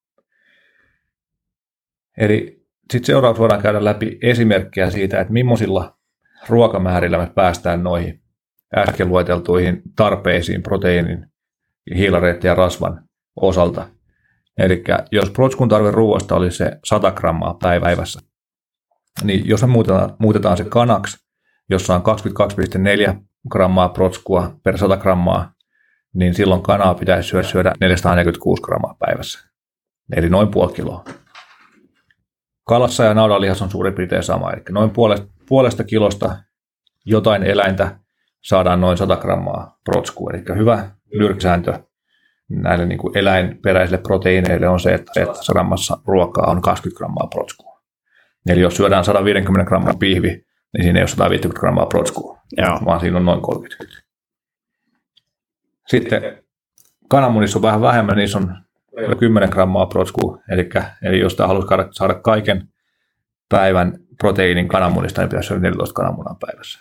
Eli sitten seuraavaksi voidaan käydä läpi esimerkkejä siitä, että millaisilla ruokamäärillä me päästään noihin äsken lueteltuihin tarpeisiin proteiinin, hiilareiden ja rasvan osalta. Eli jos protskun tarve ruoasta oli se 100 grammaa päivässä, niin jos me muutetaan se kanaksi, jossa on 22,4 grammaa protskua per 100 grammaa, niin silloin kanaa pitäisi syödä 446 grammaa päivässä. Eli noin puoli kiloa. Kalassa ja naudanlihassa on suurin piirtein sama, eli noin puolesta kilosta jotain eläintä saadaan noin 100 grammaa protskua. Eli hyvä nyrkkisääntö näille niin kuin eläinperäisille proteiineille on se, että 100 grammassa ruokaa on 20 grammaa protskua. Eli jos syödään 150 grammaa pihvi niin siinä ei ole 150 grammaa protskua, vaan siinä on noin 30. Sitten kananmunissa on vähän vähemmän, niissä on 10 grammaa protskua, eli jos tämä haluaisi saada kaiken päivän proteiinin kananmunista, niin pitäisi syödä 14 kananmunaa päivässä.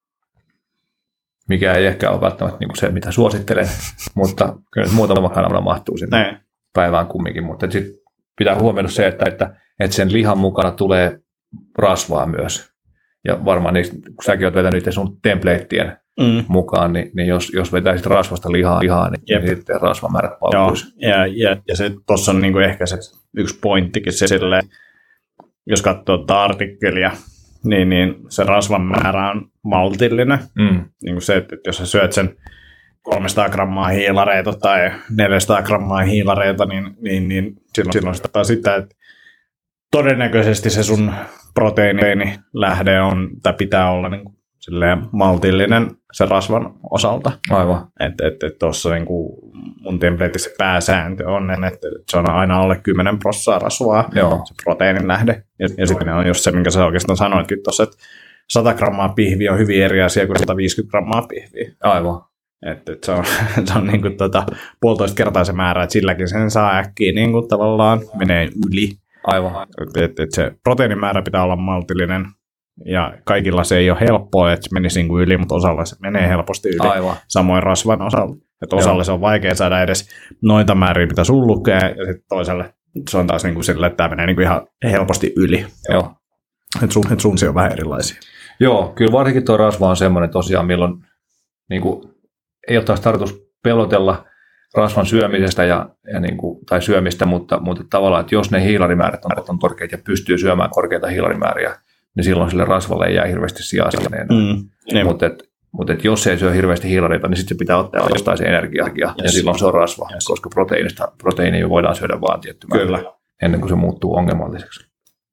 Mikä ei ehkä ole välttämättä niin kuin se, mitä suosittelen, mutta kyllä muutama kananmuna mahtuu sinne päivään kumminkin. Mutta sitten pitää huomioida se, että sen lihan mukana tulee rasvaa myös. Ja varmaan niistä, kun säkin olet vetänyt niiden sun templateien mukaan, niin jos vetäisit rasvasta lihaa niin sitten rasvamäärät paukkuisi. Ja se tuossa on niinku ehkä se yksi pointtikin se silleen, jos katsoo tuota artikkelia, niin se rasvan määrä on maltillinen. Niin kuin se, että jos sä syöt sen 300 grammaa hiilareita tai 400 grammaa hiilareita, niin silloin sitä, että todennäköisesti se sun proteiinilähde on, tai pitää olla niin kuin silleen maltillinen sen rasvan osalta. Aivan. Että tuossa niin mun templateissa pääsääntö on, että se on aina alle 10% rasvaa, se proteiinin lähde. Ja sitten on just se, minkä sä oikeastaan sanoitkin tuossa, että 100 grammaa pihviä on hyvin eri asia kuin 150 grammaa pihviä. Aivan. Että se on niin kuin puolitoista kertaa se määrä, että silläkin sen saa äkkiä niin kuin tavallaan menee yli. Aivan. Että se proteiinimäärä pitää olla maltillinen. Ja kaikilla se ei ole helppoa, että se menisi niin kuin yli, mutta osalla se menee helposti yli. Aivan. Samoin rasvan osalta. Että osalle se on vaikea saada edes noita määriä, mitä sun lukee, ja sitten toiselle se on taas niin kuin sillä, että tämä menee niin kuin ihan helposti yli. Joo. Että sun on vähän erilaisia. Joo, kyllä varsinkin tuo rasva on semmoinen tosiaan, milloin niin kuin, ei ole taas tarkoitus pelotella rasvan syömisestä niin kuin, tai syömistä, mutta tavallaan, että jos ne hiilarimäärät on korkeat ja pystyy syömään korkeita hiilarimääriä, niin silloin sille rasvalle ei jää hirveästi sijaa. Mutta jos ei syö hirveästi hiilareita, niin sitten se pitää ottaa jostain se energia, ja silloin se on rasva, koska proteiinia voidaan syödä vaan tietty määrä ennen kuin se muuttuu ongelmalliseksi.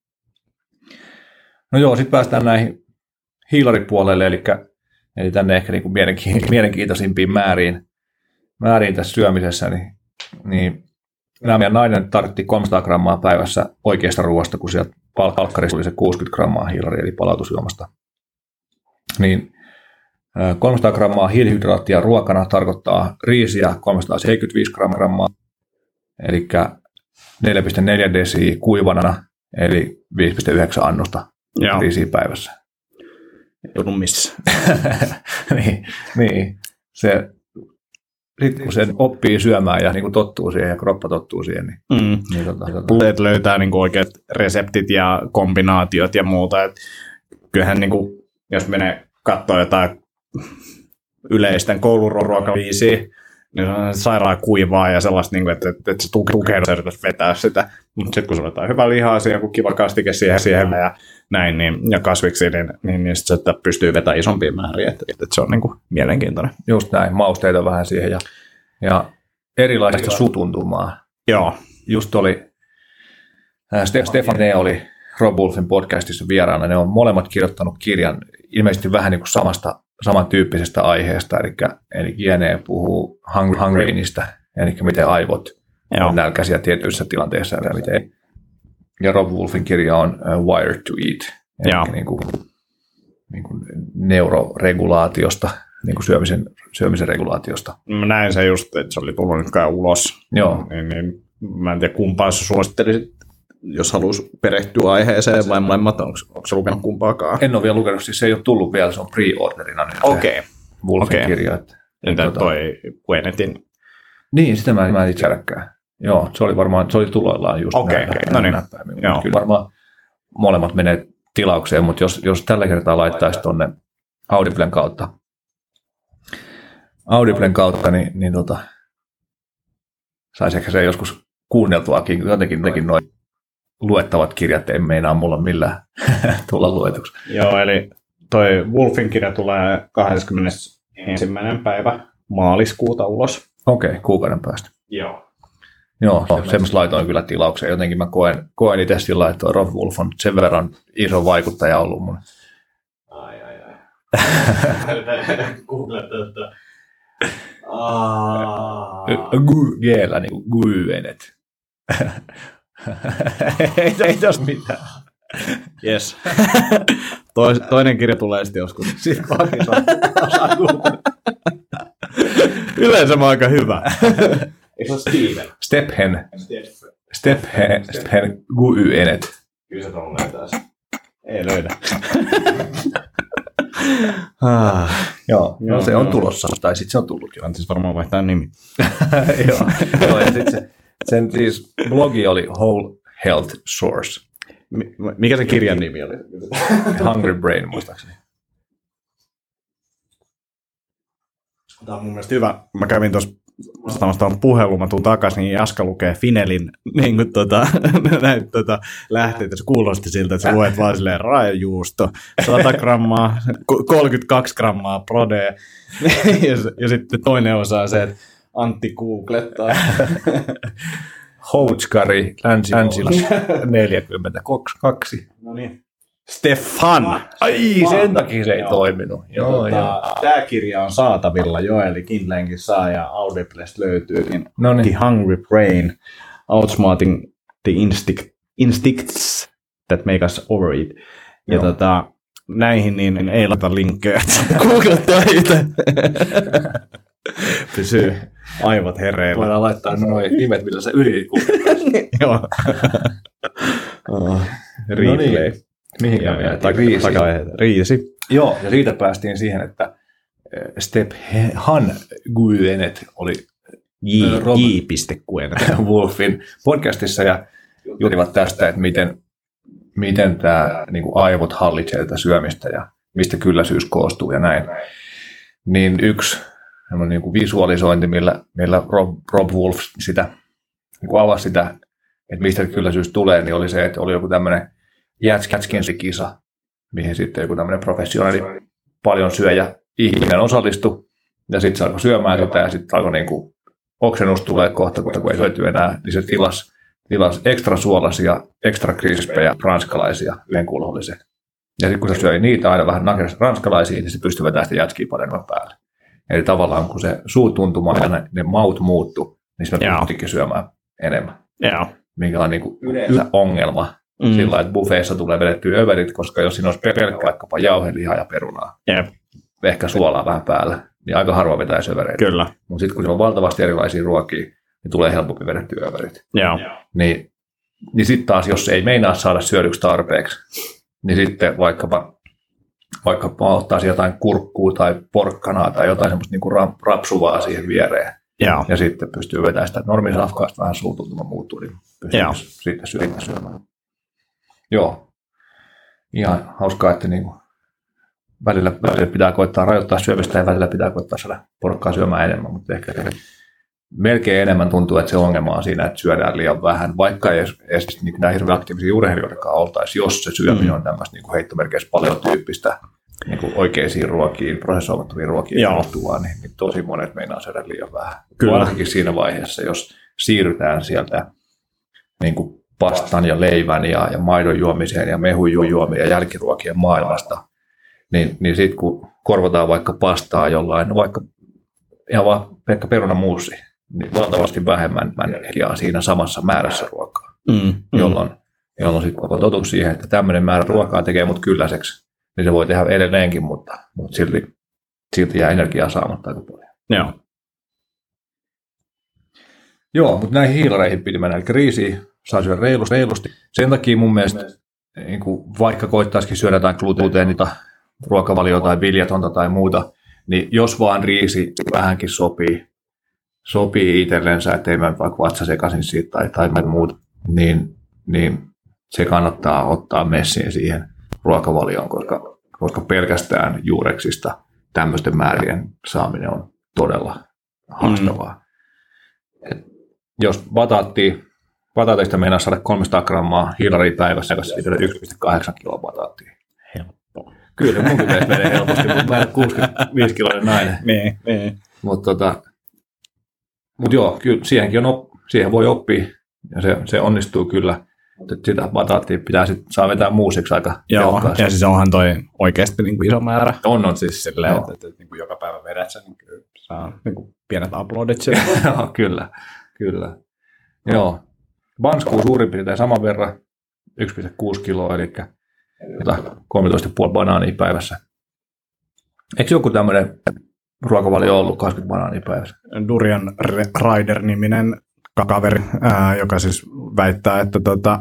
No joo, sitten päästään näihin hiilaripuolelle, eli tänne ehkä niin kuin mielenkiintoisimpiin määriin tässä syömisessä, niin nämä meidän nainen tarvittiin 300 grammaa päivässä oikeasta ruoasta, kun sieltä palkkarissa oli se 60 grammaa hiilaria, eli palautusjuomasta. Niin 300 grammaa hiilihydraattia ruokana tarkoittaa riisiä 375 grammaa, eli 4,4 desiä kuivana, eli 5,9 annosta riisiä päivässä. Ei ollut missä. niin. Sitten kun se oppii syömään ja niin kuin tottuu siihen ja kroppa tottuu siihen, niin löytää niin kuin oikeat reseptit ja kombinaatiot ja muuta. Et kyllähän niin kuin, jos menee katsoa jotain yleisten kouluruokaviisiä, niin se on sairaan kuivaa ja sellaista, niin kuin, että se tukehdu yritäisi vetää sitä. Mutta sitten kun sulla on jotain hyvää lihaa, joku kiva kastike siihen ja näin, ja kasviksi, niin sitten se pystyy vetämään isompia määriä, että se on niin kuin mielenkiintoinen. Just näin, mausteita vähän siihen ja erilaista sutuntumaa. Joo. Just oli, Stefan ne oli Rob Wolfin podcastissa vieraana, ne on molemmat kirjoittanut kirjan ilmeisesti vähän niin kuin samantyyppisestä aiheesta, eli Jene puhuu hungrinista, eli miten aivot on nälkäisiä tietyissä tilanteissa, ja Rob Wolfin kirja on Wired to Eat, eli niin kuin neuroregulaatiosta, niin kuin syömisen regulaatiosta. Mä näin se just, että se oli tullut nyt ulos. Joo. Niin, mä en tiedä kumpaa sä suosittelisit, jos haluaisi perehtyä aiheeseen vai molemmat, onko se lukenut kumpaakaan? En ole vielä lukenut, siis se ei ole tullut vielä, se on pre-orderina nyt Wolfin kirja. Entä toi Quenetin? Niin, sitä mä en itse tiedäkään. Joo, se oli tuloillaan just näin. Kyllä varmaan molemmat menee tilaukseen, mutta jos tällä kertaa laittaisi tuonne Audiblen kautta, niin saisi ehkä se joskus kuunneltuakin, jotenkin noin luettavat kirjat ei meinaa mulla millään tulla luetuksi. Joo, eli toi Wolfin kirja tulee 21. päivä maaliskuuta ulos. Okei, kuukauden päästä. Joo, semmoista laitoin kyllä tilaukseen. Jotenkin mä koen itse sillä, että Rob Wolf on sen verran iso vaikuttaja ollut mun. Ai. Googletetaan. G-llä niin kuin Guyenet. ei tos mitään. Yes. Toinen kirja tulee sitten joskus. Sitten vakissa osaa Google. Yleensä mä oon aika hyvä. Eikö se ole Steven? Stephen Guyenet. Kyllä se tuolla löytää sen. Ei löydä. Joo, se on tulossa, tai sitten se on tullut jo. On siis varmaan vaihtaa nimi. Joo, ja sitten sen siis blogi oli Whole Health Source. Mikä se kirjan nimi oli? Hungry Brain, muistaakseni. Tämä on mun mielestä hyvä. Mä kävin tuossa tuon puhelun, mä tuun takaisin, niin Jaska lukee Finelin niin näitä lähteitä. Se kuulosti siltä, että sä luet vaan silleen raajajuusto, 100 grammaa, 32 grammaa prodea. Ja sitten toinen osa on se, että Antti googlettaa. Houtskari, Länsi-Länsilas 42. No niin. Stefan! Ai, sen takia se ei toiminut. Joo. Tämä kirja on saatavilla jo, eli Kindlenkin saa ja Audiblesta löytyykin. Noniin. The Hungry Brain, Outsmarting the Instincts that make us overeat. Ja näihin niin ei laita linkkejä, että googlettaa itse. Pysyy aivot hereillä. Voidaan laittaa noin nimet, millä sä yritit googlettaa. Joo. Replay. Mihinkä me jäätiin? Riisi. Joo, ja siitä päästiin siihen, että Stephan Guyenet oli J.Guyenet Wolfin podcastissa ja juurivat tästä, että miten tämä niin kuin aivot hallitsee tätä syömistä ja mistä kylläisyys koostuu ja näin. Niin yksi niin kuin visualisointi, millä Rob Wolf sitä, niin kuin avasi sitä, että mistä kylläisyys tulee, niin oli se, että oli joku tämmöinen jätskinsikisa, mihin sitten joku tämmöinen professionaali paljon syöjä ihminen osallistui, ja sitten se alkoi syömään sitä, ja sitten alkoi niinku oksennus tulee kohta, kun ei syöty enää, niin se tilasi ekstra suolaisia, ekstra krispejä ranskalaisia yhden kulhollisen. Ja sitten kun se söi niitä aina vähän nakerasti ranskalaisia, niin se pystyi vetämään sitä jätskiä paremmin päälle. Eli tavallaan kun se suutuntuma ja ne maut muuttu, niin se pystyttikin syömään enemmän. Minkä on niinku yleensä ongelma. Sillä että buffeissa tulee vedettyä överit, koska jos siinä olisi pelkkä vaikkapa jauhelihaa ja perunaa, ehkä suolaa vähän päällä, niin aika harva vetäisi övereitä. Kyllä. Mutta sitten kun se on valtavasti erilaisia ruokia, niin tulee helpompi vedettyä överit. Niin sitten taas, jos ei meinaa saada syödyksi tarpeeksi, niin sitten vaikkapa ottaisi jotain kurkkuu tai porkkanaa tai jotain semmoista niinku rapsuvaa siihen viereen. Ja sitten pystyy vetämään sitä normisafkaasta vähän suutuntuma muuttuu, niin pystyy sitten syömään. Joo, ihan hauskaa, että niinku välillä pitää koittaa rajoittaa syömistä ja välillä pitää koittaa saada porkkaa syömään enemmän, mutta ehkä melkein enemmän tuntuu, että se ongelma on siinä, että syödään liian vähän, vaikka ei edes niin näin hirveän aktiivisia urheilijoidenkaan oltaisi, jos se syöminen on tämmöistä niin heittomerkeissä paljon tyyppistä niin oikeisiin ruokiin, prosessoimattomiin ruokiin johtuvaa, niin tosi monet meinaa syödä liian vähän. Kyllä. Varsinkin siinä vaiheessa, jos siirrytään sieltä niin kuin pastan ja leivän ja maidon juomiseen ja mehun juomiseen ja jälkiruokien maailmasta, niin sitten kun korvataan vaikka pastaa jollain, vaikka ihan vaan pelkkä perunamuusi, niin valtavasti vähemmän energiaa siinä samassa määrässä ruokaa, jolloin sitten koko totuus siihen, että tämmöinen määrä ruokaa tekee mut kylläiseksi, niin se voi tehdä edelleenkin, mutta silti jää energiaa saamatta aika paljon. Joo, mutta näihin hiilareihin piti mennä, eli riisiä saa syödä reilusti. Sen takia mun mielestä, niin vaikka koittaisikin syödä jotain gluteenita, ruokavaliota tai viljatonta tai muuta, niin jos vaan riisi vähänkin sopii itsellensä, ettei mene vaikka vatsa sekaisin siitä tai muuta, niin se kannattaa ottaa messiin siihen ruokavalioon, koska pelkästään juureksista tämmöisten määrien saaminen on todella haastavaa. Jos bataateista meinaa saada 300 grammaa hiilaria päivässä, niin 1,8 kiloa bataattia. Helppo. Kyllä, mun pitäisi mennä helposti, mutta mä en 65 kiloinen nainen. Niin. Mutta joo, kyllä siihen voi oppia ja se onnistuu kyllä. Mutta sitä bataattia pitää sitten saa vetää muusiksi aika tehokkaasti. Ja siis onhan toi oikeasti niin kuin iso määrä. On siis silleen, että niin kuin joka päivä vedät sen, niin kyllä saa niin kuin pienet uploadit siellä. Joo, kyllä. Joo. Banskuu suurin piirtein saman verran, 1,6 kiloa, eli 13,5 banaania päivässä. Eikö joku tämmöinen ruokavalio ollut 20 banaania päivässä? Durian Rider-niminen kaveri, joka siis väittää, että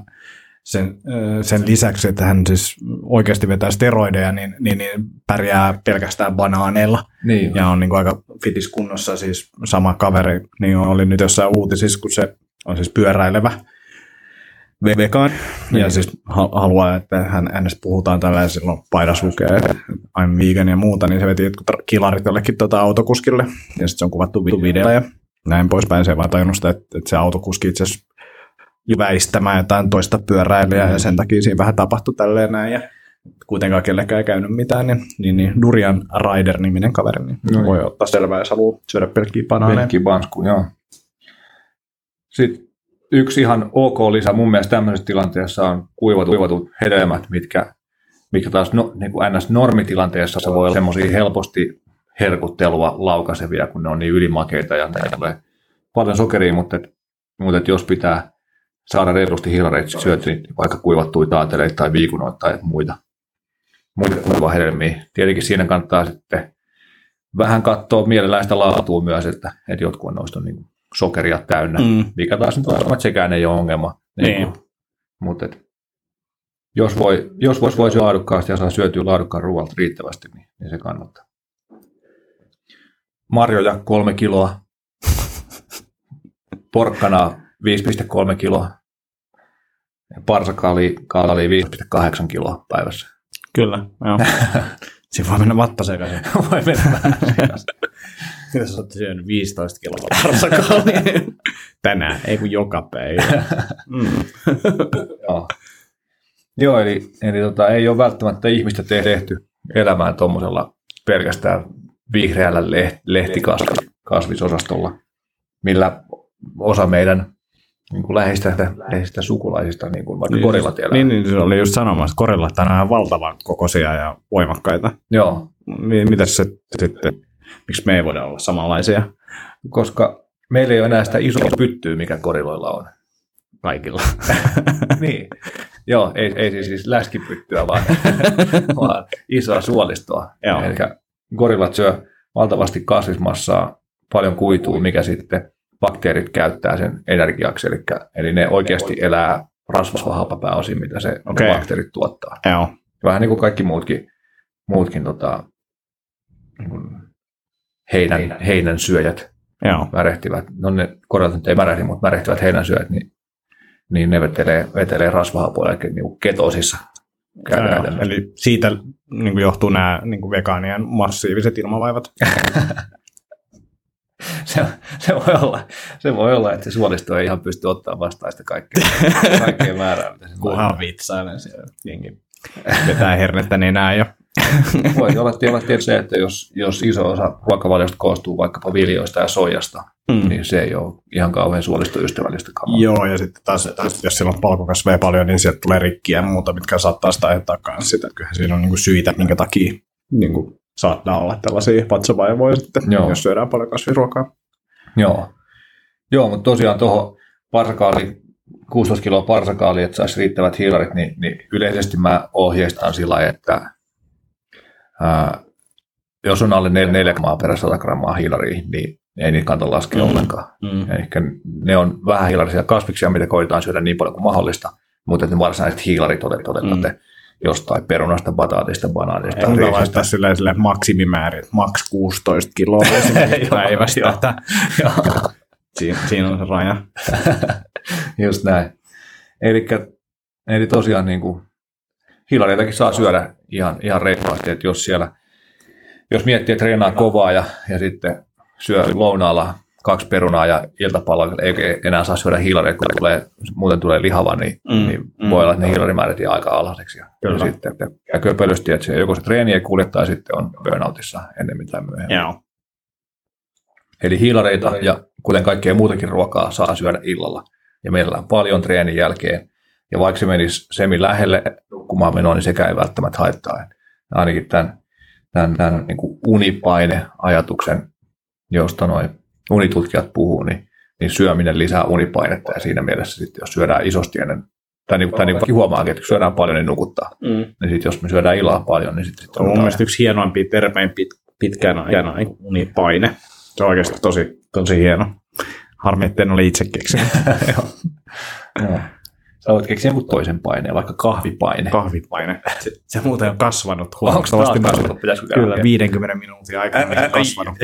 sen lisäksi, että hän siis oikeasti vetää steroideja, niin pärjää pelkästään banaaneilla. Niin. Ja on niin kuin aika fitis kunnossa. Siis sama kaveri niin oli nyt jossain uutisissa, kun se on siis pyöräilevä vegan. Ja siis haluaa, että hänestä puhutaan tällä silloin paidas lukee, I'm vegan ja muuta, niin se veti jotkut kilarit jollekin autokuskille. Ja sitten se on kuvattu video ja näin poispäin. Se vaan tajunnut sitä, että se autokuski itse asiassa väistämään jotain toista pyöräilijää ja sen takia siinä vähän tapahtui tälleen näin ja kuitenkaan kellekään ei käynyt mitään, niin Durian Rider-niminen kaveri niin voi ottaa selvää, jos haluaa syödä pelkkiä banaaneja. Pelkkiä banskuja, joo. Sitten yksi ihan ok lisä mun mielestä tämmöisessä tilanteessa on kuivatut hedelmät, mitkä taas niin kuin NS-normitilanteessa voi olla semmoisia helposti herkuttelua laukaisevia, kun ne on niin ylimakeita ja ne tulee paljon sokeria, mutta jos pitää saada reilusti hiilareita syötyä, niin vaikka kuivattuja taateleita tai viikunoita tai muita hedelmiä. Tietenkin siinä kannattaa sitten vähän katsoa mielellään sitä laatua myös, että jotkut noista on niin sokeria täynnä, mikä taas nyt on, että sekään ei ole ongelma. Niin. Mutta jos voisi laadukkaasti ja saa syötyä laadukkaan ruoalta riittävästi, niin se kannattaa. Marjoja 3 kiloa, porkkanaa 5,3 kiloa, parsakaalia 5,8 kiloa päivässä. Kyllä, joo. Siinä voi mennä vatta sekaisin. Voi mennä vähän sekaisin. Mitä sä olette syönyt 15 kiloa parsakaalia? Tänään, ei kun joka päivä. Joo, eli ei ole välttämättä ihmistä tehty elämään tuommoisella pelkästään vihreällä lehtikasvisosastolla, millä osa meidän niin kuin läheisistä sukulaisista, niin kuin vaikka gorillat elää. Niin, se oli just sanomassa, että gorillat on ihan valtavan kokoisia ja voimakkaita. Joo. Mitäs se sitten, miksi me ei voida olla samanlaisia? Koska meillä ei ole enää sitä isoa pyttyä, mikä gorilloilla on. Kaikilla. Niin. Joo, ei siis läskipyttyä, vaan isoa suolistoa. Eli gorillat syö valtavasti kasvismassaa, paljon kuitua, mikä sitten bakteerit käyttää sen energiaksi. Eli ne oikeasti elää rasvasvahapa pääosin, mitä se bakteerit tuottaa. Joo. Vähän niin kuin kaikki muutkin niin kuin heinän syöjät märehtivät. No ne gorillat ei märehdi, mutta märehtivät heinän syöjät, niin ne vetelee rasvahapoja, eli niin ketosissa. Eli siitä niin johtuu nämä niin vegaanien massiiviset ilmavaivat. se voi olla, että se suolisto ei ihan pysty ottaa vastaan sitä kaikkea määrää. Kunhan vitsailen siellä. Jengi vetää hernettä nenää jo. Voi olla tietysti se, että jos iso osa ruokavaliosta koostuu vaikkapa viljoista ja soijasta, niin se ei ole ihan kauhean suolistoystävällistä kamaa. Joo, ja sitten taas jos siellä on palkokasveja paljon, niin sieltä tulee rikkiä ja muuta, mitkä saattaa sitä aiheuttaa myös sitä. Kyllähän siinä on niin kuin syitä, minkä takia niin kuin saattaa olla tällaisia vatsavaivoja sitten, jos syödään paljon kasviruokaa. Joo, mutta tosiaan tuohon parsakaali, 16 kiloa parsakaali, että saisi riittävät hiilarit, niin yleisesti mä ohjeistan sillä, että jos on alle 4 grammaa per 100 grammaa hiilaria, niin ei niitä kannata laskea ollenkaan. Eli ne on vähän hiilarisia kasviksia, mitä koitetaan syödä niin paljon kuin mahdollista, mutta ne varsinaiset hiilarit otetaan jostain perunasta, bataatista, banaanista. Ei hyvä laittaa sille maksimimäärin, maks 16 kiloa päivästä. Siinä on se raja. Just näin. Eli tosiaan niin kuin hiilareitakin saa syödä ihan reippaasti, että jos miettii, että treenaa kovaa ja sitten syö lounaalla 2 perunaa ja iltapalloa, ei enää saa syödä hiilareita, kun muuten tulee lihava, niin voi olla, että ne hiilarimäärät jää aika alhaiseksi. Ja sitten köpölysti, että joko se treeni ei kulje tai sitten on burnoutissa ennemmin tai myöhemmin. Eli hiilareita ja kuten kaikkea muutakin ruokaa saa syödä illalla ja mielellään paljon treenin jälkeen. Ja vaikka se menisi semin lähelle nukkumaan menoa, niin sekään ei välttämättä haittaa. Ainakin tämän niin kuin unipaine-ajatuksen, josta noin unitutkijat puhuu, niin syöminen lisää unipainetta. Ja siinä mielessä sitten, jos syödään isosti ennen tai huomaakin, että kun syödään paljon, niin nukuttaa. Niin sitten jos me syödään illalla paljon, niin sitten on mun mielestä yksi hienoimpia tervein pitkään unipaine. Se on oikeasti tosi hieno. Harmi, että en ole itse keksinyt. Sä voit keksiä jonkun toisen paineen, vaikka kahvipaine. Kahvipaine. Se muuten on kasvanut huomattavasti. Kyllä, 50 minuutin aikana on kasvanut.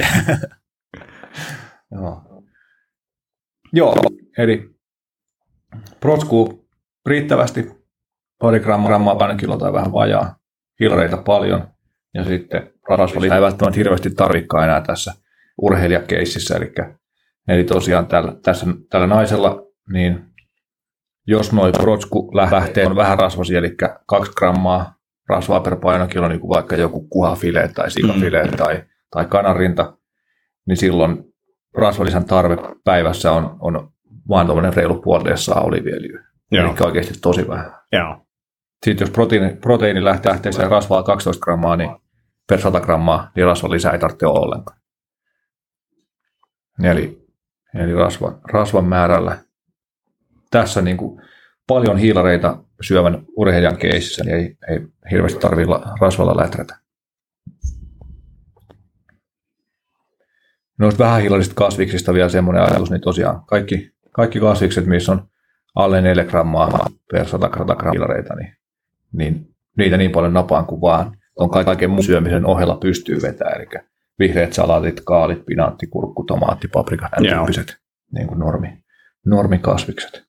Joo, eli protskuu riittävästi, pari grammaa painokilo tai vähän vajaa, hiilareita paljon, ja sitten rasvalisää ei välttämättä hirveästi tarvikaan enää tässä urheilijakeississä, eli tosiaan tällä naisella, niin jos noi protsku lähtee on vähän rasvasia, eli 2 grammaa rasvaa per painokilo, niin kuin vaikka joku kuhafile tai sikafile tai kananrinta, niin silloin rasvalisän tarve päivässä on vaan tuollainen reilu puoli dessaa oliiviöljyä. Eli oikeasti tosi vähän. Joo. Sitten jos proteiini lähtee siellä rasvaa 12 grammaa, niin per 100 grammaa, niin rasvalisää ei tarvitse olla ollenkaan. Eli rasvan määrällä. Tässä niin kuin paljon hiilareita syövän urheilijan keississä, niin ei hirveästi tarvitse rasvalla läträtä. Noista vähähiilarisista kasviksista vielä semmoinen ajatus, niin tosiaan kaikki kasvikset, missä on alle 4 grammaa per 100 grammaa hiilareita, niin niitä niin paljon napaan kuin vaan on kaiken muun syömisen ohella pystyy vetämään. Eli vihreät salatit, kaalit, pinaatti, kurkku, tomaatti, paprika, tyyppiset niin kuin normikasvikset.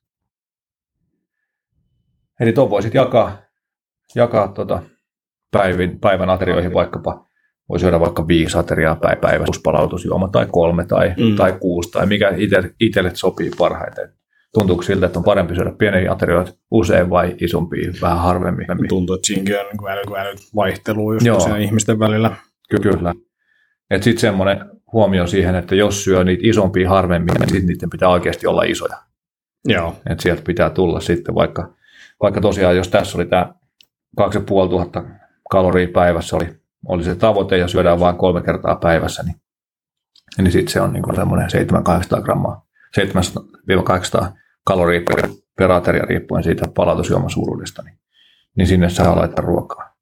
Eli tuon voisit jakaa päivän aterioihin vaikkapa. Voi syödä vaikka 5 ateriaa päivässä, plus palautusjuoma tai 3 tai 6, tai mikä itselle sopii parhaiten. Tuntuuko siltä, että on parempi syödä pieniä aterioita usein vai isompia vähän harvemmin? Tuntuu, että siinäkin on niin älyt vaihtelua just ihmisten välillä. Kyllä. Että sitten semmoinen huomio siihen, että jos syö niitä isompia harvemmin, niin sitten niiden pitää oikeasti olla isoja. Joo. Että sieltä pitää tulla sitten vaikka tosiaan, jos tässä oli tämä 2500 kaloria päivässä oli se tavoite ja syödään vain 3 kertaa päivässä, niin sitten se on niin kuin semmoinen 700-800 grammaa, 700-800 kaloria per ateria riippuen siitä palautusjuoman suuruudesta, niin sinne saa laittaa ruokaa.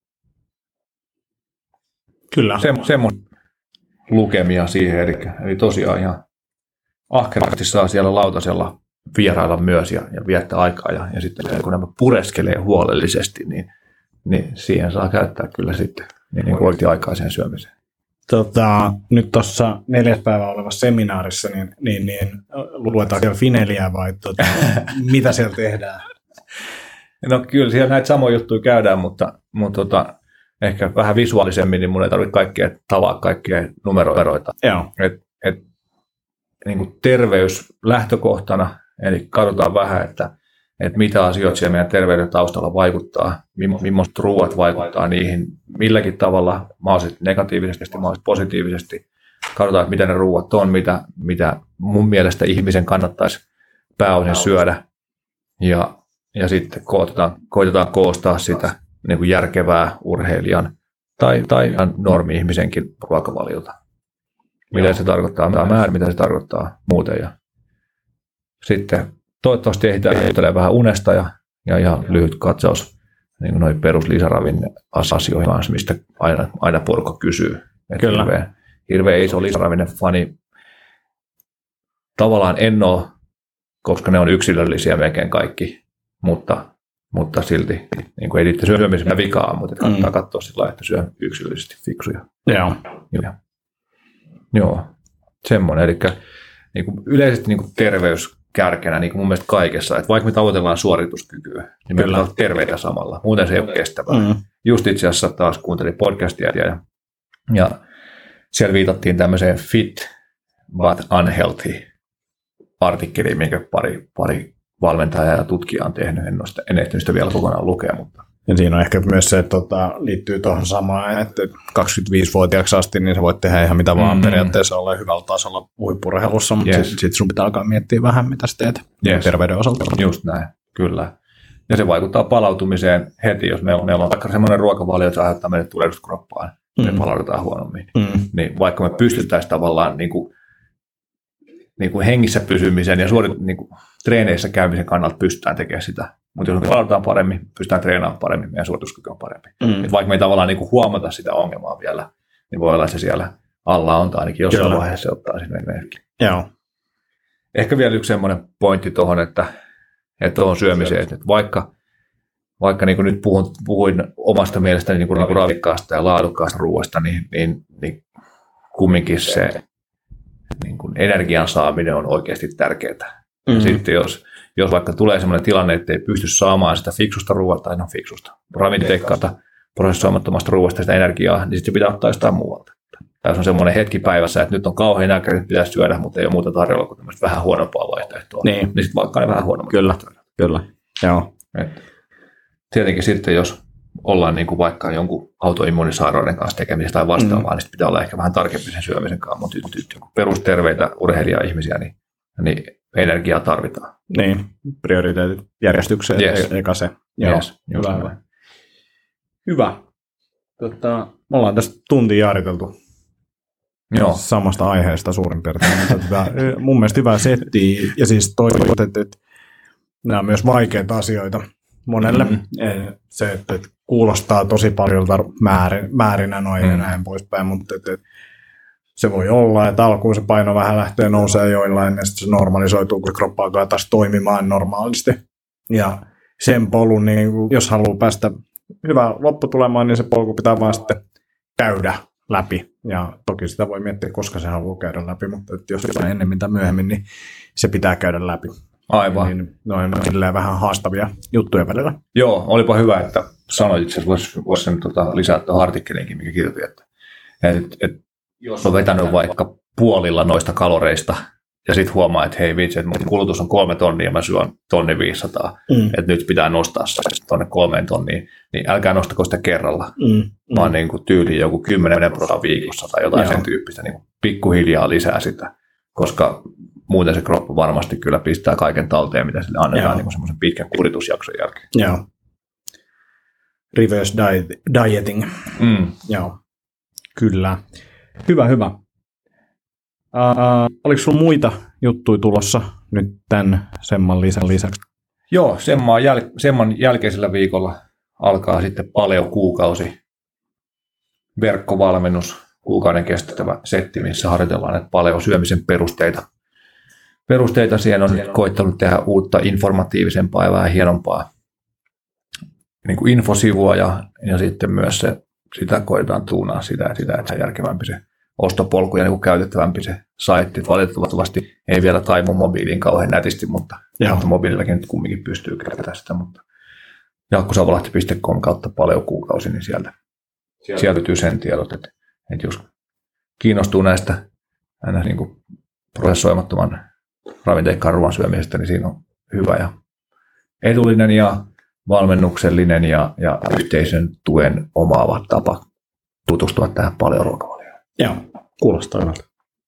Kyllä. Semmoinen lukemia siihen, eli tosiaan ihan ahkerasti saa siellä lautasella vierailla myös ja viettää aikaa ja sitten kun nämä pureskelee huolellisesti, niin siihen saa käyttää kyllä sitten niin oikea-aikaiseen syömiseen. Nyt tuossa 4. päivä olevassa seminaarissa, niin luetaan siellä fineliä vai mitä siellä tehdään? No kyllä siellä näitä samoja juttuja käydään, mutta ehkä vähän visuaalisemmin, niin mun ei tarvitse tavaa kaikkia numeroita. Joo. Niin kuin terveys lähtökohtana, eli katsotaan vähän, että mitä asioita siellä meidän terveyden taustalla vaikuttaa, millaiset ruuat vaikuttaa niihin, milläkin tavalla, mahdollisesti negatiivisesti, mahdollisesti positiivisesti. Katsotaan, että mitä ne ruuat on, mitä mun mielestä ihmisen kannattaisi pääosin syödä. Ja sitten koitetaan koostaa sitä niin kuin järkevää urheilijan tai normi-ihmisenkin ruokavaliota. Mitä se tarkoittaa määrä, mitä se tarkoittaa muuten. Ja sitten toivottavasti ehditään vähän unesta ja ihan lyhyt katsaus niin noin peruslisäravinneasioihin kanssa, mistä aina porukka kysyy. Kyllä. Hirveän iso lisäravinnefani. Tavallaan en ole, koska ne on yksilöllisiä melkein kaikki, mutta silti niin kuin ei niitä syömisen vikaa, mutta kannattaa katsoa sillä lailla, että syö yksilöllisesti fiksuja. Joo, semmoinen. Eli niin kuin yleisesti niin kuin terveyskärkenä niin kuin mun mielestä kaikessa, että vaikka me tavoitellaan suorituskykyä, niin me pitää olla terveitä samalla. Muuten se ei ole kestävää. Just itse asiassa taas kuuntelin podcastia ja siellä viitattiin tämmöiseen fit but unhealthy artikkeliin, minkä pari valmentajaa ja tutkijaa on tehnyt. En ehtinyt sitä vielä kokonaan lukea, mutta ja siinä on ehkä myös se, että liittyy tuohon samaan, että 25-vuotiaaksi asti niin sä voit tehdä ihan mitä vaan periaatteessa olla hyvällä tasolla huippu-urheilussa, mutta sitten sun pitää alkaa miettiä vähän, mitä sä teet terveyden osalta. Just näin, kyllä. Ja se vaikuttaa palautumiseen heti, jos meillä on vaikka semmoinen ruokavalio, että se aiheuttaa meille tulehdusta kroppaan, me palaudutaan huonommin. Niin vaikka me pystyttäisiin tavallaan niin kuin hengissä pysymisen ja niin kuin treeneissä käymisen kannalta pystytään tekemään sitä Mutta jos me palataan paremmin, pystytään treenaamaan paremmin, meidän suorituskyky on parempi. Et vaikka me ei tavallaan niin kuin huomata sitä ongelmaa vielä, niin voi olla, että se siellä alla on, tai ainakin jossain vaiheessa se ottaa sinne merkki. Joo. Ehkä vielä yksi semmoinen pointti tuohon, että on syömiseen, että vaikka niin kuin nyt puhuin omasta mielestäni niin kuin ravikkaasta ja laadukkaasta ruoasta, niin kumminkin se niin kuin energian saaminen on oikeasti tärkeää. Ja sitten jos vaikka tulee sellainen tilanne, että ei pysty saamaan sitä fiksusta ruoasta, tai fiksusta ravinteikkaata prosessoimattomasta ruoasta sitä energiaa, niin sitten pitää ottaa jostain muualta. Tässä on semmoinen hetki päivässä, että nyt on kauhean nälkä, että pitäisi syödä, mutta ei ole muuta tarjolla kuin tämmöistä vähän huonompaa vaihtoehtoa. Niin sitten vaikka ne vähän huonommat. Kyllä. Joo. Tietenkin sitten, jos ollaan niin kuin vaikka jonkun autoimmunisairauden kanssa tekemistä tai vastaavaa, niin pitää olla ehkä vähän tarkempi sen syömisen kanssa, mutta perusterveitä urheilija-ihmisiä, niin energiaa tarvitaan. Niin, prioriteetit järjestykseen, eikä se. Joo, yes, hyvä. Me ollaan tästä tuntia jaariteltu samasta aiheesta suurin piirtein. Mun mielestä hyvää settiä, ja siis toivon, että nämä on myös vaikeita asioita monelle. Se, että kuulostaa tosi paljon määrinä noin ja näin poispäin, mutta se voi olla, että alkuun se paino vähän lähtee nousee joillain, ja sitten se normalisoituu, kun se kroppa alkaa taas toimimaan normaalisti. Ja sen polun, niin jos haluaa päästä hyvään lopputulemaan, niin se polku pitää vaan sitten käydä läpi. Ja toki sitä voi miettiä, koska se haluaa käydä läpi, mutta jos ennemmin tai myöhemmin, niin se pitää käydä läpi. Aivan. Niin noin vähän haastavia juttuja välillä. Joo, olipa hyvä, että sanoit itse asiassa, voisi sen lisää tuohon artikkeliinkin, mikä kirjoitin, että jos on vetänyt vaikka puolilla noista kaloreista, ja sitten huomaa, että hei vitsi, että mun kulutus on 3 tonnia ja mä syön 1,500, että nyt pitää nostaa se tuonne 3 tonniin, niin älkää nostako sitä kerralla, vaan niin kuin tyyliin joku 10% viikossa tai jotain sen tyyppistä, niin pikkuhiljaa lisää sitä, koska muuten se kroppa varmasti kyllä pistää kaiken talteen, mitä sille annetaan niin semmoisen pitkän kuritusjakson jälkeen. Joo. Reverse dieting. Joo. Kyllä. Hyvä. Oliko sinulla muita juttuja tulossa nyt tämän Semman lisäksi? Joo, Semman jälkeisellä viikolla alkaa sitten Paleo-kuukausi, verkkovalmennus, kuukauden kestävä setti, missä harjoitellaan näitä Paleo-syömisen perusteita. Siihen on nyt koittanut tehdä uutta informatiivisempaa ja vähän hienompaa niin kuin infosivua ja sitten myös sitä koitetaan tuunaa sitä, että se on järkevämpi se ostopolku ja niin kuin käytettävämpi se saitti. Valitettavasti ei vielä taimu mobiiliin kauhean nätisti, mutta mobiilillakin nyt kumminkin pystyy käyttämään sitä. Mutta jaakkosavolahti.com kautta Paleo-kuukausi, niin sieltä löytyy sen tiedot, että jos kiinnostuu näistä aina niin kuin prosessoimattoman ravinteikkaan ruoan syömisestä, niin siinä on hyvä ja edullinen ja valmennuksellinen ja yhteisön tuen omaava tapa tutustua tähän Paleo-ruokavalioon. Joo, kuulostaa hyvältä.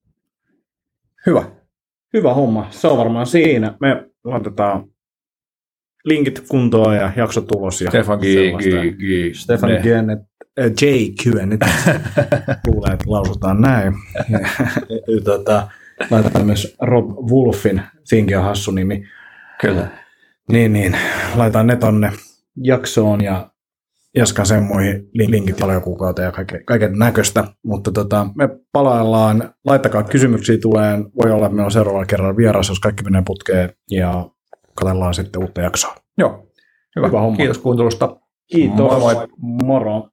Hyvä homma. Se on varmaan siinä. Me laitetaan linkit kuntoon ja jaksot ulos. Ja Stefan J. Luulee, että lausutaan näin. Laitetaan myös Rob Wolfin, siinkin on hassu nimi. Kyllä. Niin. Laitetaan ne tonne jaksoon ja Jaskan semmoihin linkit Paleo-kuukauteen ja kaiken näköistä. Mutta me palaillaan. Laittakaa kysymyksiä tulee. Voi olla, että meillä on seuraavalla kerralla vieras, jos kaikki menee putkeen. Ja katsellaan sitten uutta jaksoa. Joo. Hyvä homma. Kiitos kuuntelusta. Kiitos. Moi. Moro.